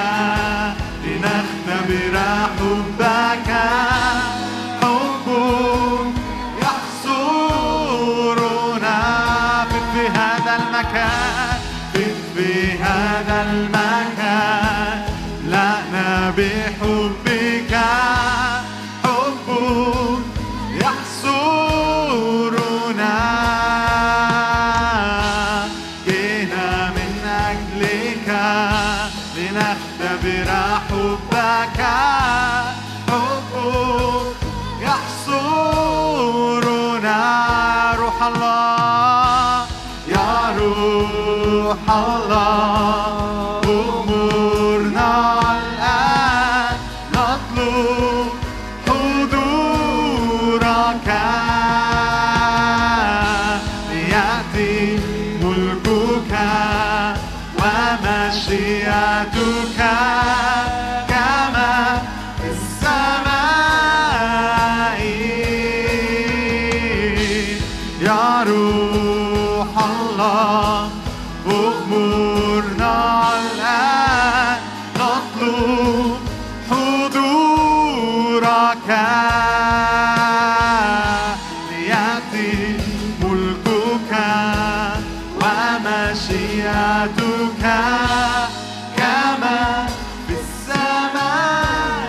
بحبك حبك يحصرنا جئنا من أجلك لنختبر حبك حبك يحصرنا روح الله يا روح الله أمرنا الآن نطلب حضورك ليأتي ملكك ومشيئتك كما في السماء يا روح الله أغمرنا الآن نطلب حضورك ليأتي ملكك ومشيئتك كما في السماء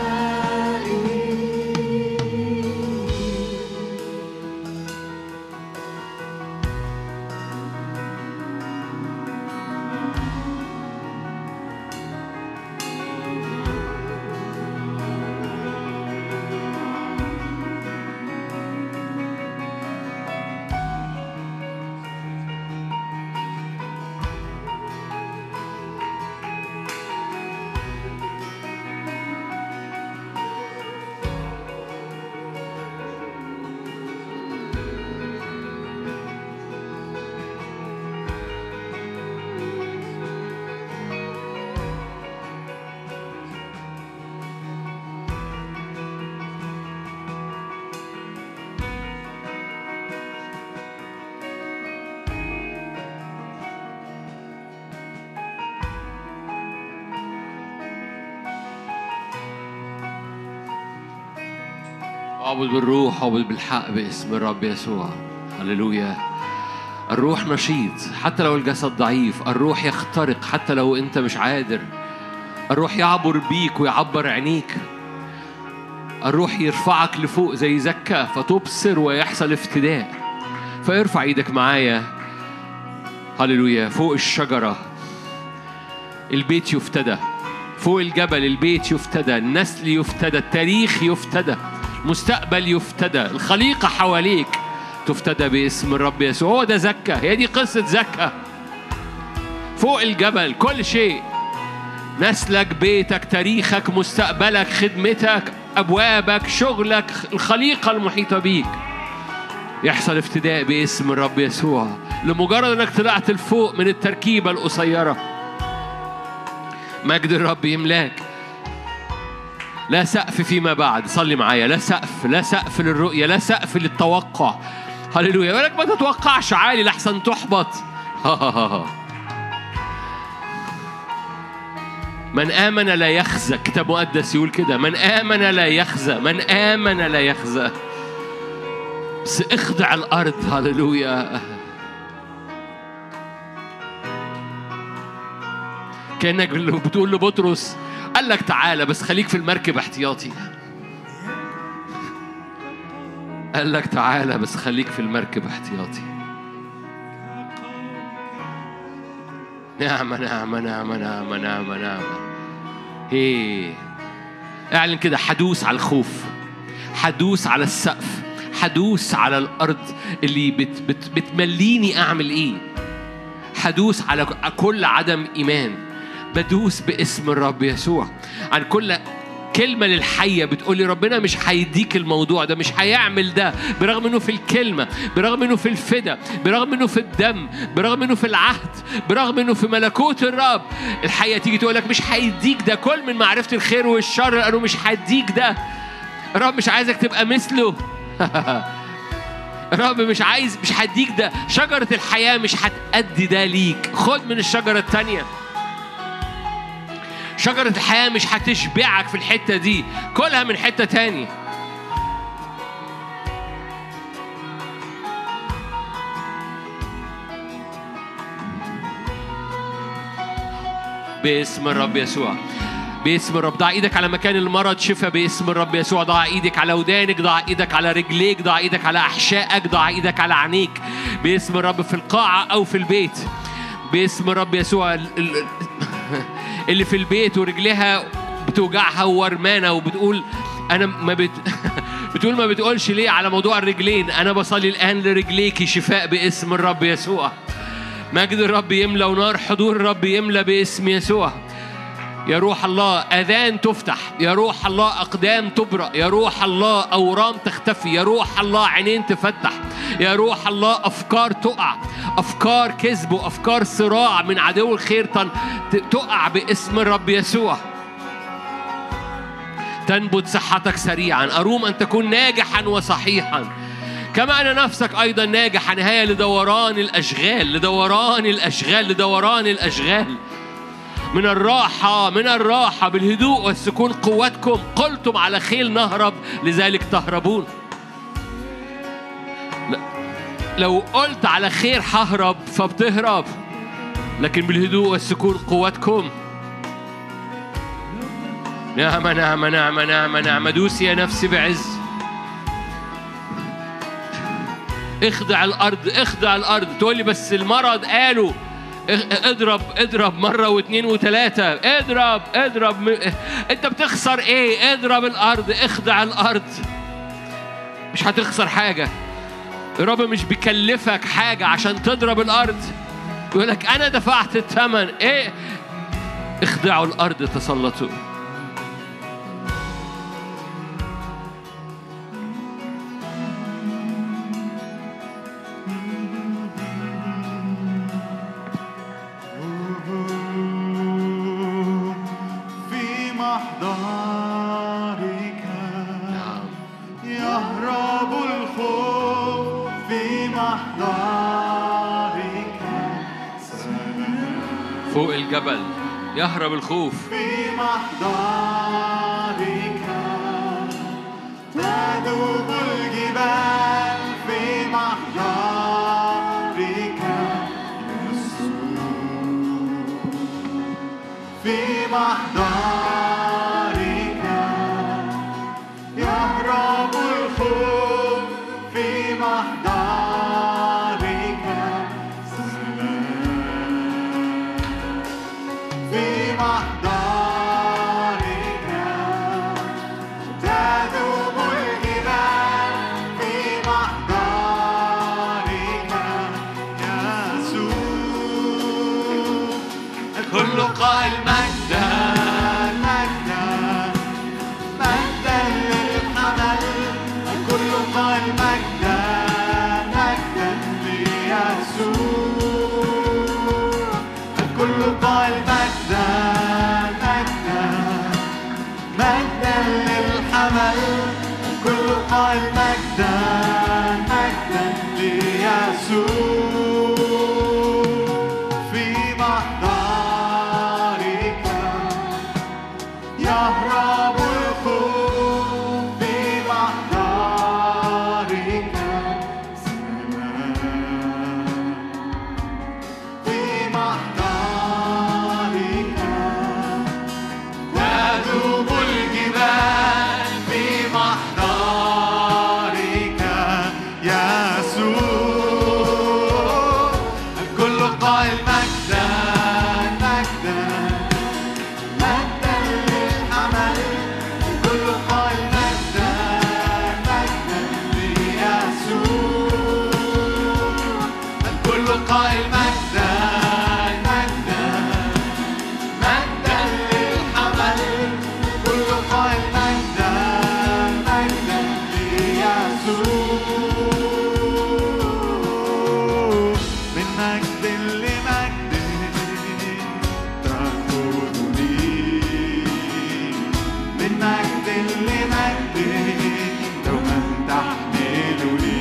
اعبد بالروح اعبد بالحق باسم الرب يسوع. هللويا. الروح نشيط حتى لو الجسد ضعيف، الروح يخترق حتى لو انت مش قادر، الروح يعبر بيك ويعبر عينيك، الروح يرفعك لفوق زي زكا فتبصر ويحصل افتداء. فارفع ايدك معايا. هللويا. فوق الشجرة البيت يفتدى، فوق الجبل البيت يفتدى، النسل يفتدى، التاريخ يفتدى، المستقبل يفتدى، الخليقة حواليك تفتدى باسم الرب يسوع. هو ده زكا، هي دي قصة زكا. فوق الجبل كل شيء، نسلك، بيتك، تاريخك، مستقبلك، خدمتك، أبوابك، شغلك، الخليقة المحيطة بيك يحصل افتداء باسم الرب يسوع. لمجرد انك طلعت لفوق من التركيبة القصيرة، مجد الرب يملاك. لا سقف فيما بعد. صلي معايا. لا سقف، لا سقف للرؤية، لا سقف للتوقع. هللويا. ولك ما تتوقعش عالي لحسن تحبط. من آمن لا يخزى. كتاب مقدس يقول كده، من آمن لا يخزى، من آمن لا يخزى. بس اخضع الأرض. هللويا. كأنك بتقول لبطرس قال لك تعالى بس خليك في المركب احتياطي. قال لك تعالى بس خليك في المركب احتياطي. نعمة نعمة نعمة نعمة نعمة نعمة. هي اعلن كده، حدوس على الخوف، حدوس على السقف، حدوس على الأرض اللي بتمليني أعمل إيه. حدوس على كل عدم إيمان. بدوس باسم الرب يسوع عن كل كلمة للحية بتقولي ربنا مش هيديك الموضوع ده، مش هيعمل ده، برغم انه في الكلمة، برغم انه في الفدا، برغم انه في الدم، برغم انه في العهد، برغم انه في ملكوت الرب. الحية تيجي تقولك مش هيديك ده، كل من معرفة الخير والشر لأنه مش هيديك ده. الرب مش عايزك تبقى مثله. الرب مش هيديك ده. شجرة الحياة مش هتأدي ده ليك. خد من الشجرة التانية. شجرة الحياة مش هتشبعك في الحتة دي، كلها من حتة تاني. باسم الرب يسوع. باسم الرب. ضع ايدك على مكان المرض، شفاء باسم الرب يسوع. ضع ايدك على ودانك، ضع ايدك على رجليك، ضع ايدك على احشائك، ضع ايدك على عينيك باسم الرب، في القاعة او في البيت باسم الرب يسوع. اللي في البيت ورجليها بتوجعها وورمانة وبتقول انا بتقول ما بتقولش ليه على موضوع الرجلين، انا بصلي الان لرجليكي شفاء باسم الرب يسوع. مجد الرب يملى ونار حضور الرب يملى باسم يسوع. يا روح الله اذان تفتح، يا روح الله اقدام تبرأ، يا روح الله اورام تختفي، يا روح الله عينين تفتح، يا روح الله افكار تقع، افكار كذب وافكار صراع من عدو الخير تقع باسم الرب يسوع. تنبت صحتك سريعا. أروم أن تكون ناجحا وصحيحا، كما أن نفسك أيضا ناجحة نهاية لدوران الأشغال، لدوران الأشغال، لدوران الأشغال. من الراحة بالهدوء والسكون قوتكم. قلتم على خيل نهرب لذلك تهربون. لو قلت على خير ههرب فبتهرب، لكن بالهدوء والسكون قوتكم. نعمة نعمة نعمة نعمة نعمة. دوسي يا نفسي بعز. اخضع الأرض، اخضع الأرض. تقول لي بس المرض قالوا اضرب مرة واثنين وثلاثة. اضرب انت بتخسر ايه؟ اضرب الأرض، اخضع الأرض. مش هتخسر حاجة. الرب مش بيكلفك حاجة عشان تضرب الأرض. يقول لك أنا دفعت الثمن. ايه؟ اخضعوا الأرض تسلطوا. فوق الجبل يهرب الخوف. في محضرك تذوب الجبال. في محضرك يسوع. في محضرك يهرب الخوف. في محضرك في محضرك تذوب الجبال. في محضرك يسوع. الكل قائل مجدا مجدا مجدا للحمل. الكل قائل مجدا مجدا ليسوع. الكل قائل مجدا مجدا مجدا للحمل. الكل قائل مجدا مجدا ليسوع. في محضرك يهرب الخوف. في محضرك سلام. في محضرك تذوب الجبال. في محضرك يسوع. الكل قائل مجدا مجدا مجدا للحمل. الكل قائل مجدا مجدا ليسوع. الكل قائل مجدا مجدا مجدا للحمل. الكل قائل مجدا مجدا ليسوع. من مجد لمجد تأخذني. من مجد لمجد دوما تحملني.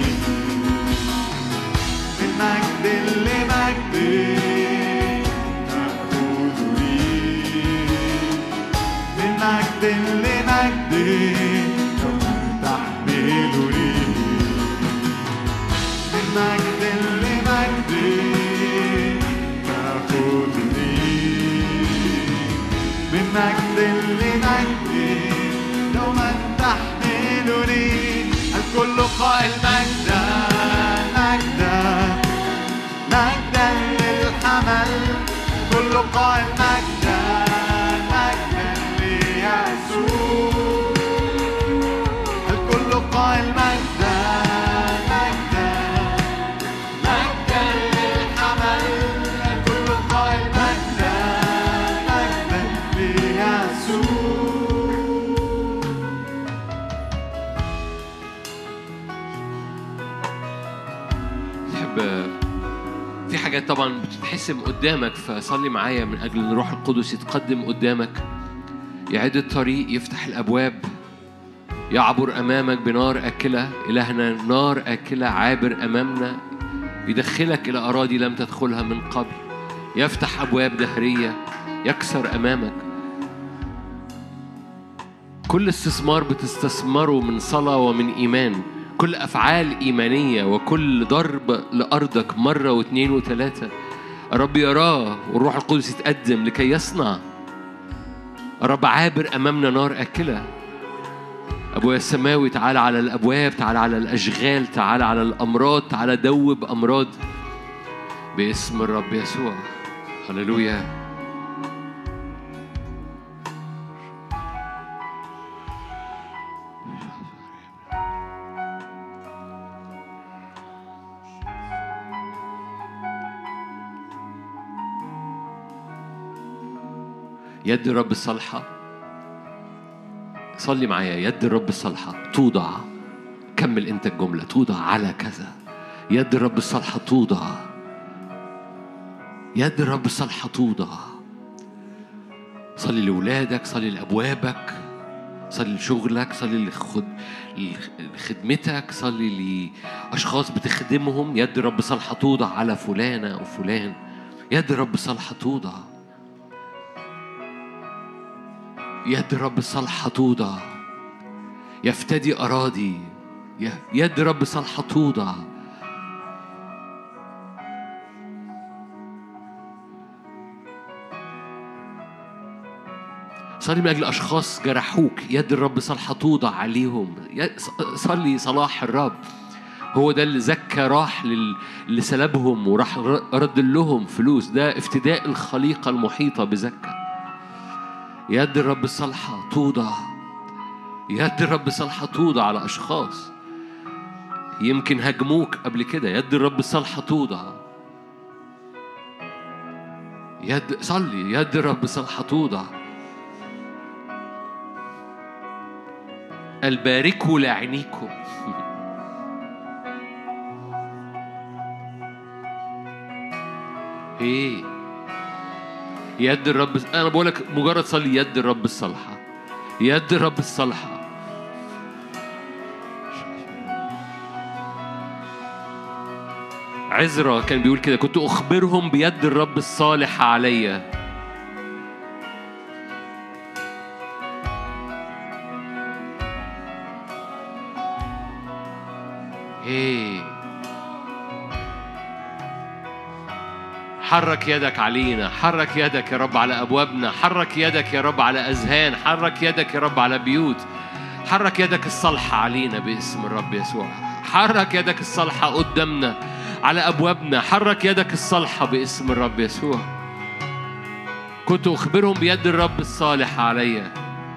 من مجد لمجد تأخذني. من مجد لمجد دوما تحملني. من مجد لمجد تأخذني. من مجد في حاجات طبعا بتتحسم قدامك، فصلي معايا من أجل أن الروح القدس يتقدم قدامك، يعد الطريق، يفتح الأبواب، يعبر أمامك بنار آكلة. إلهنا نار آكلة عابر أمامنا، يدخلك إلى أراضي لم تدخلها من قبل، يفتح أبواب دهرية، يكسر أمامك. كل استثمار بتستثمره من صلاة ومن إيمان، كل أفعال إيمانية وكل ضرب لأرضك مرة واثنين وثلاثة الرب يراه، والروح القدس يتقدم لكي يصنع. الرب عابر أمامنا نار آكلة. أبويا السماوي تعال على الأبواب، تعال على الأشغال، تعال على الأمراض، تعال دوب أمراض باسم الرب يسوع. هللويا. يد الرب الصالحة، صلي معايا، يد الرب الصالحة توضع. كمل انت الجملة، توضع على كذا. يد الرب الصالحة توضع، يد الرب الصالحة توضع. صلي لأولادك، صلي لأبوابك، صلي لشغلك، صلي لخدمتك، صلي لأشخاص بتخدمهم. يد الرب الصالحة توضع على فلانة وفلان. يد الرب الصالحة توضع، يد الرب الصالحة توضع. يفتدي أراضي، يد الرب الصالحة توضع. صلي من أجل أشخاص جرحوك، يد الرب الصالحة توضع عليهم. صلي صلاح الرب، هو ده اللي زكى راح اللي سلبهم وراح رد لهم فلوس. ده افتداء الخليقة المحيطة بزكى. يد الرب الصالحة توضع، يد الرب الصالحة توضع على أشخاص يمكن هاجموك قبل كده. يد الرب الصالحة توضع. صلي، يد الرب الصالحة توضع. الباركوا لعينيكم. ايه يد الرب، أنا بقولك مجرد صلي يد الرب الصالحة، يد الرب الصالحة. عزرا كان بيقول كده، كنت أخبرهم بيد الرب الصالحة عليا. حرك يدك علينا، حرك يدك يا رب على أبوابنا، حرك يدك يا رب على أذهان، حرك يدك يا رب على بيوت، حرك يدك الصالحة علينا باسم الرب يسوع. حرك يدك الصالحة قدامنا على أبوابنا، حرك يدك الصالحة باسم الرب يسوع. كنت أخبرهم بيد الرب الصالحة عليا.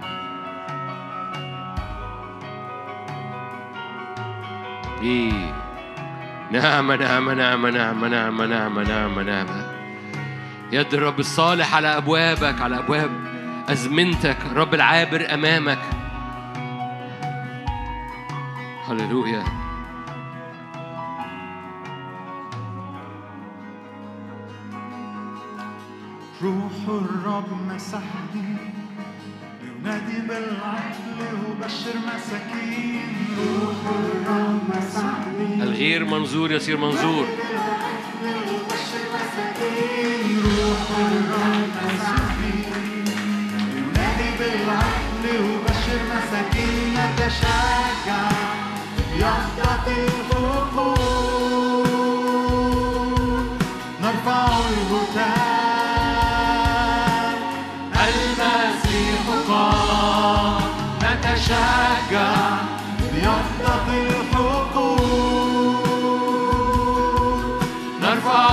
نعم نعم نعم نعم نعم نعم نعم نعم. يد الرب الصالح على أبوابك، على أبواب أزمنتك. الرب العابر أمامك. هللويا. روح الرب مسحني لأنادي بالعدل وبشر مساكين. روح الرب مسحني، الغير منظور يصير منظور. روح الرب مسحني لأنادي بالعدل وبشر مساكين. نتشجع يفضل الفخور، نرفع الهتاف، المسيح قام. نتشجع يفضل الحقوق، نرفع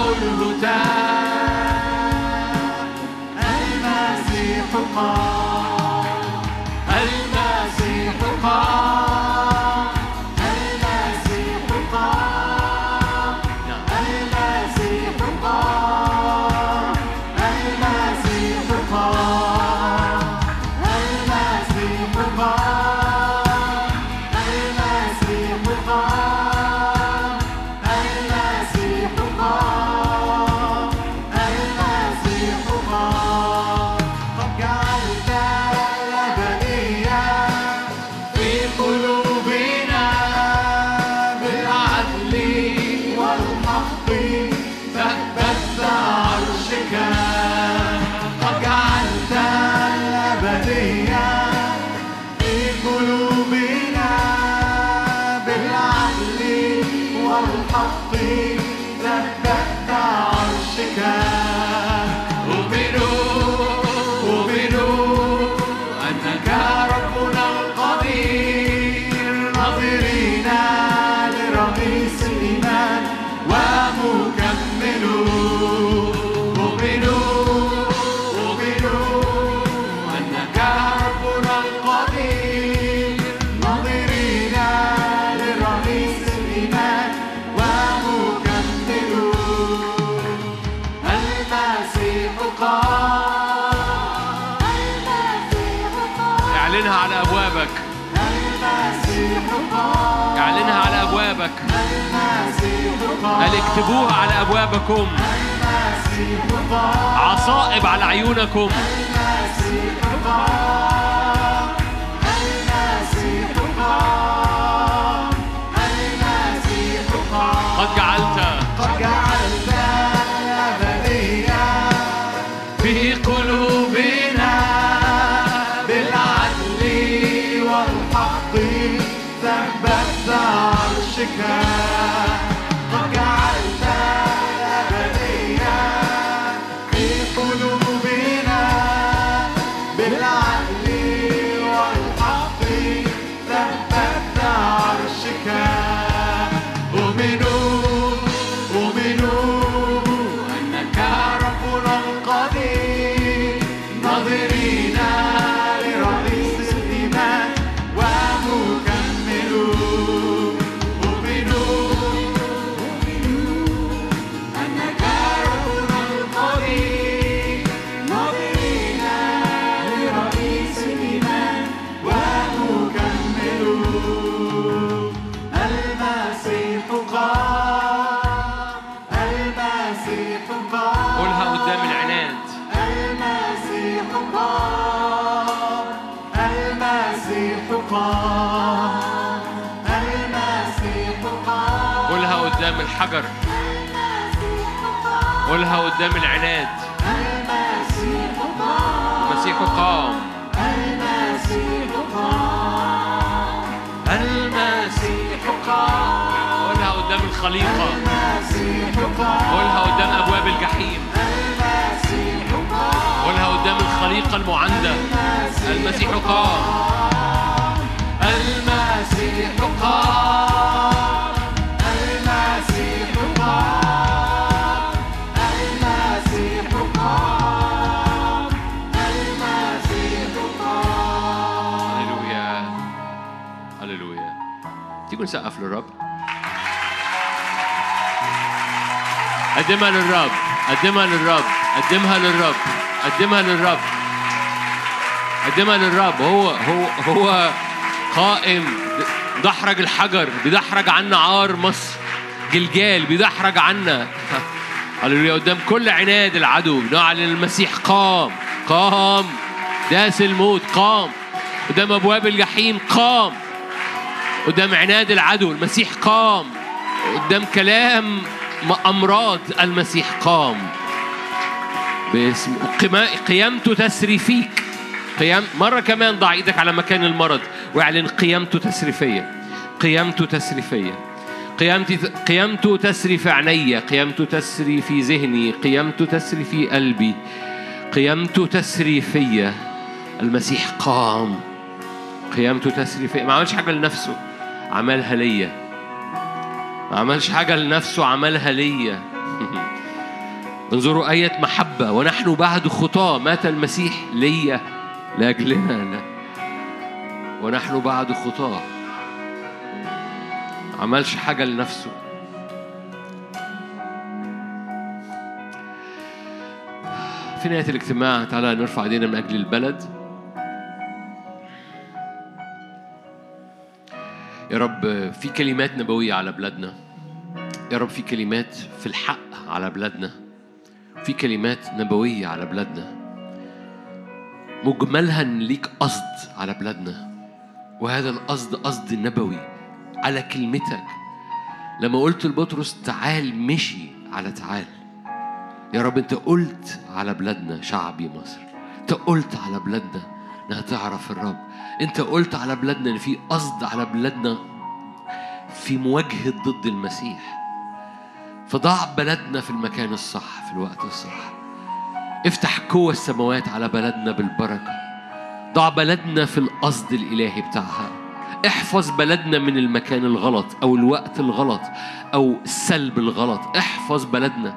الهتاف، المسيح قام، المسيح قام، المسيح قام، المسيح قام، المسيح قام، اعلنها على أبوابك. اعلنها على أبوابك. قال اكتبوها على أبوابكم. عصائب على عيونكم. قد جعلت أبدية في قلوبنا بالعدل والحق ثبت عرشك. قد جعلت أبدية في قلوبنا بالعدل والحق ثبت عرشك. قولها قدام الحجر. قولها قدام العناد. المسيح قام. المسيح قام. قولها قدام الخليقة. قولها قدام أبواب الجحيم. قولها قدام الخليقة المعندة. المسيح قام. المسيح قام. المسيح قام. المسيح قام. المسيح قام. هللويا هللويا. تيجوا نسقف للرب. قدمها للرب. قدمها للرب. قدمها للرب. قدمها للرب. قدمها للرب. هو قائم. دحرج الحجر. بيدحرج عنا عار مصر. جلجال بيدحرج عنا. هللويا. قدام كل عناد العدو بنعلن المسيح قام. قام. داس الموت. قام. قدام أبواب الجحيم. قام. قدام عناد العدو المسيح قام. قدام كلام أمراض المسيح قام. باسم قيامته تسري فيك. مرة كمان ضع ايدك على مكان المرض واعلن قيامته تسريفية. قيامته تسريفية. قيامته تسري في عيني. قيامته تسري في ذهني. قيامته تسري في قلبي. قيامته تسري فيا. المسيح قام. قيامته تسري فيا. ما عملش حاجة لنفسه، عملها ليا. ما عملش حاجة لنفسه، عملها ليا. انظروا آية محبة. ونحن بعد خطاة مات المسيح ليا لأجلنا. ونحن بعد خطاة. عملش حاجة لنفسه. في نهاية الاجتماع تعالى نرفع ايدينا من أجل البلد. يا رب في كلمات نبوية على بلادنا. يا رب في كلمات في الحق على بلادنا. في كلمات نبوية على بلادنا. مجملها إن ليك قصد على بلادنا، وهذا القصد قصد نبوي على كلمتك. لما قلت لبطرس تعال، مشي على تعال. يا رب أنت قلت على بلادنا شعبي مصر. أنت قلت على بلادنا إنها تعرف الرب. أنت قلت على بلادنا إن في قصد على بلادنا في مواجهة ضد المسيح. فضع بلدنا في المكان الصح في الوقت الصح. افتح قوة السماوات على بلدنا بالبركة. ضع بلدنا في القصد الإلهي بتاعها. احفظ بلدنا من المكان الغلط أو الوقت الغلط أو السلب الغلط. احفظ بلدنا.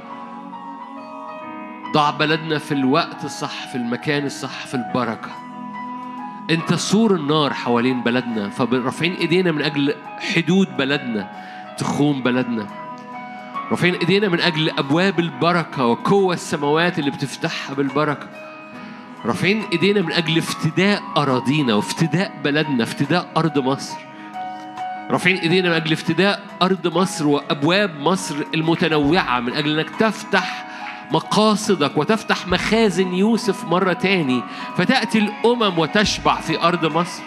ضع بلدنا في الوقت الصح في المكان الصح في البركة. انت سور النار حوالين بلدنا، فرافعين ايدينا من أجل حدود بلدنا تخوم بلدنا. رافعين ايدينا من أجل أبواب البركة وقوة السماوات اللي بتفتحها بالبركة. رافعين ايدينا من اجل افتداء اراضينا وافتداء بلدنا، افتداء ارض مصر. رافعين ايدينا من اجل افتداء ارض مصر وابواب مصر المتنوعه، من اجل انك تفتح مقاصدك وتفتح مخازن يوسف مرة تاني، فتأتي الأمم وتشبع في أرض مصر.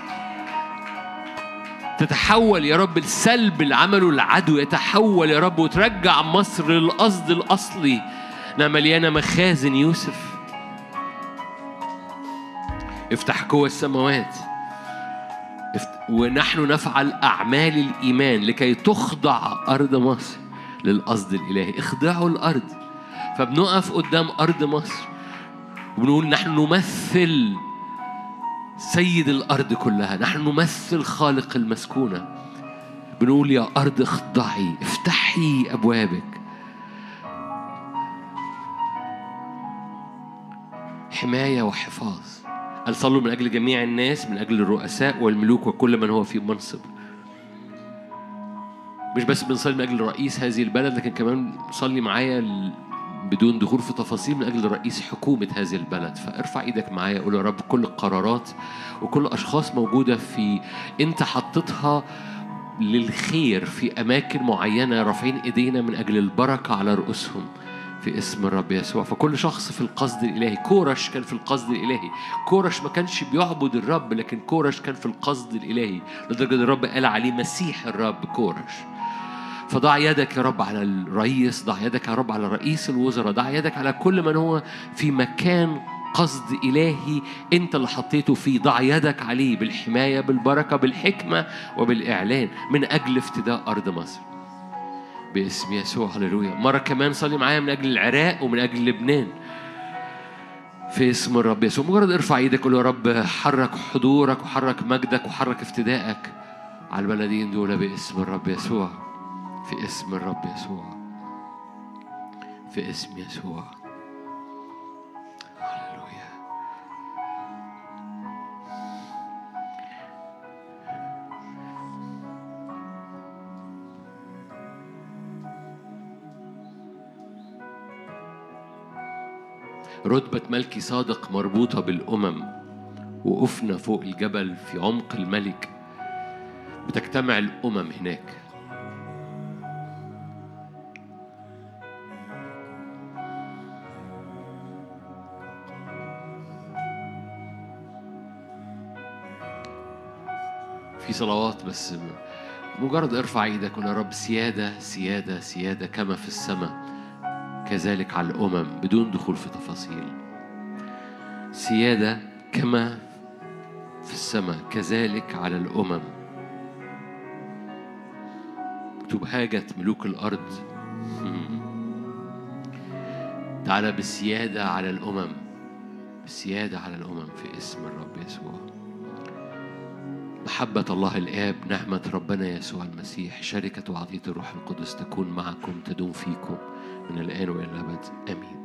تتحول يا رب السلب اللي عمله العدو، يتحول يا رب وترجع مصر للقصد الأصلي، إنها مليانة مخازن يوسف. افتح قوة السماوات ونحن نفعل أعمال الإيمان لكي تخضع أرض مصر للقصد الإلهي. اخضعوا الأرض. فبنقف قدام أرض مصر وبنقول نحن نمثل سيد الأرض كلها، نحن نمثل خالق المسكونة. بنقول يا أرض اخضعي، افتحي أبوابك. حماية وحفاظ. قال صلوا من أجل جميع الناس، من أجل الرؤساء والملوك وكل من هو في منصب. مش بس بنصلي من أجل رئيس هذه البلد، لكن كمان صلي معايا بدون دخول في تفاصيل من أجل رئيس حكومة هذه البلد. فارفع إيدك معايا، قول يا رب كل القرارات وكل أشخاص موجودة في أنت حطتها للخير في أماكن معينة، رافعين إيدينا من أجل البركة على رؤوسهم في اسم الرب يسوع. فكل شخص في القصد الإلهي. كورش كان في القصد الإلهي. كورش ما كانش بيعبد الرب، لكن كورش كان في القصد الإلهي، لدرجة الرب قال عليه مسيح الرب كورش. فضع يدك يا رب على الرئيس، ضع يدك يا رب على رئيس الوزراء، ضع يدك على كل من هو في مكان قصد إلهي أنت اللي حطيته فيه. ضع يدك عليه بالحماية، بالبركة، بالحكمة وبالإعلان من أجل افتداء أرض مصر باسم يسوع. هللويا. مرة كمان صلي معايا من أجل العراق ومن أجل لبنان في اسم الرب يسوع. مجرد ارفع ايدك قول يا رب حرك حضورك وحرك مجدك وحرك افتدائك على البلدين دول باسم الرب يسوع، في اسم الرب يسوع، في اسم يسوع. هللويا. رتبة ملكي صادق مربوطة بالأمم، وقفنا فوق الجبل في عمق الملك، بتجتمع الأمم هناك. في صلوات بس مجرد ارفع ايدك وقول يا رب سيادة سيادة سيادة كما في السماء كذلك على الأمم، بدون دخول في تفاصيل. سيادة كما في السماء كذلك على الأمم. اكتب هاجت ملوك الأرض تعالى بالسيادة على الأمم، بالسيادة على الأمم في اسم الرب يسوع. محبة الله الآب، نعمة ربنا يسوع المسيح، شركة وعطية الروح القدس تكون معكم، تدوم فيكم من الآن وإلى الأبد. آمين.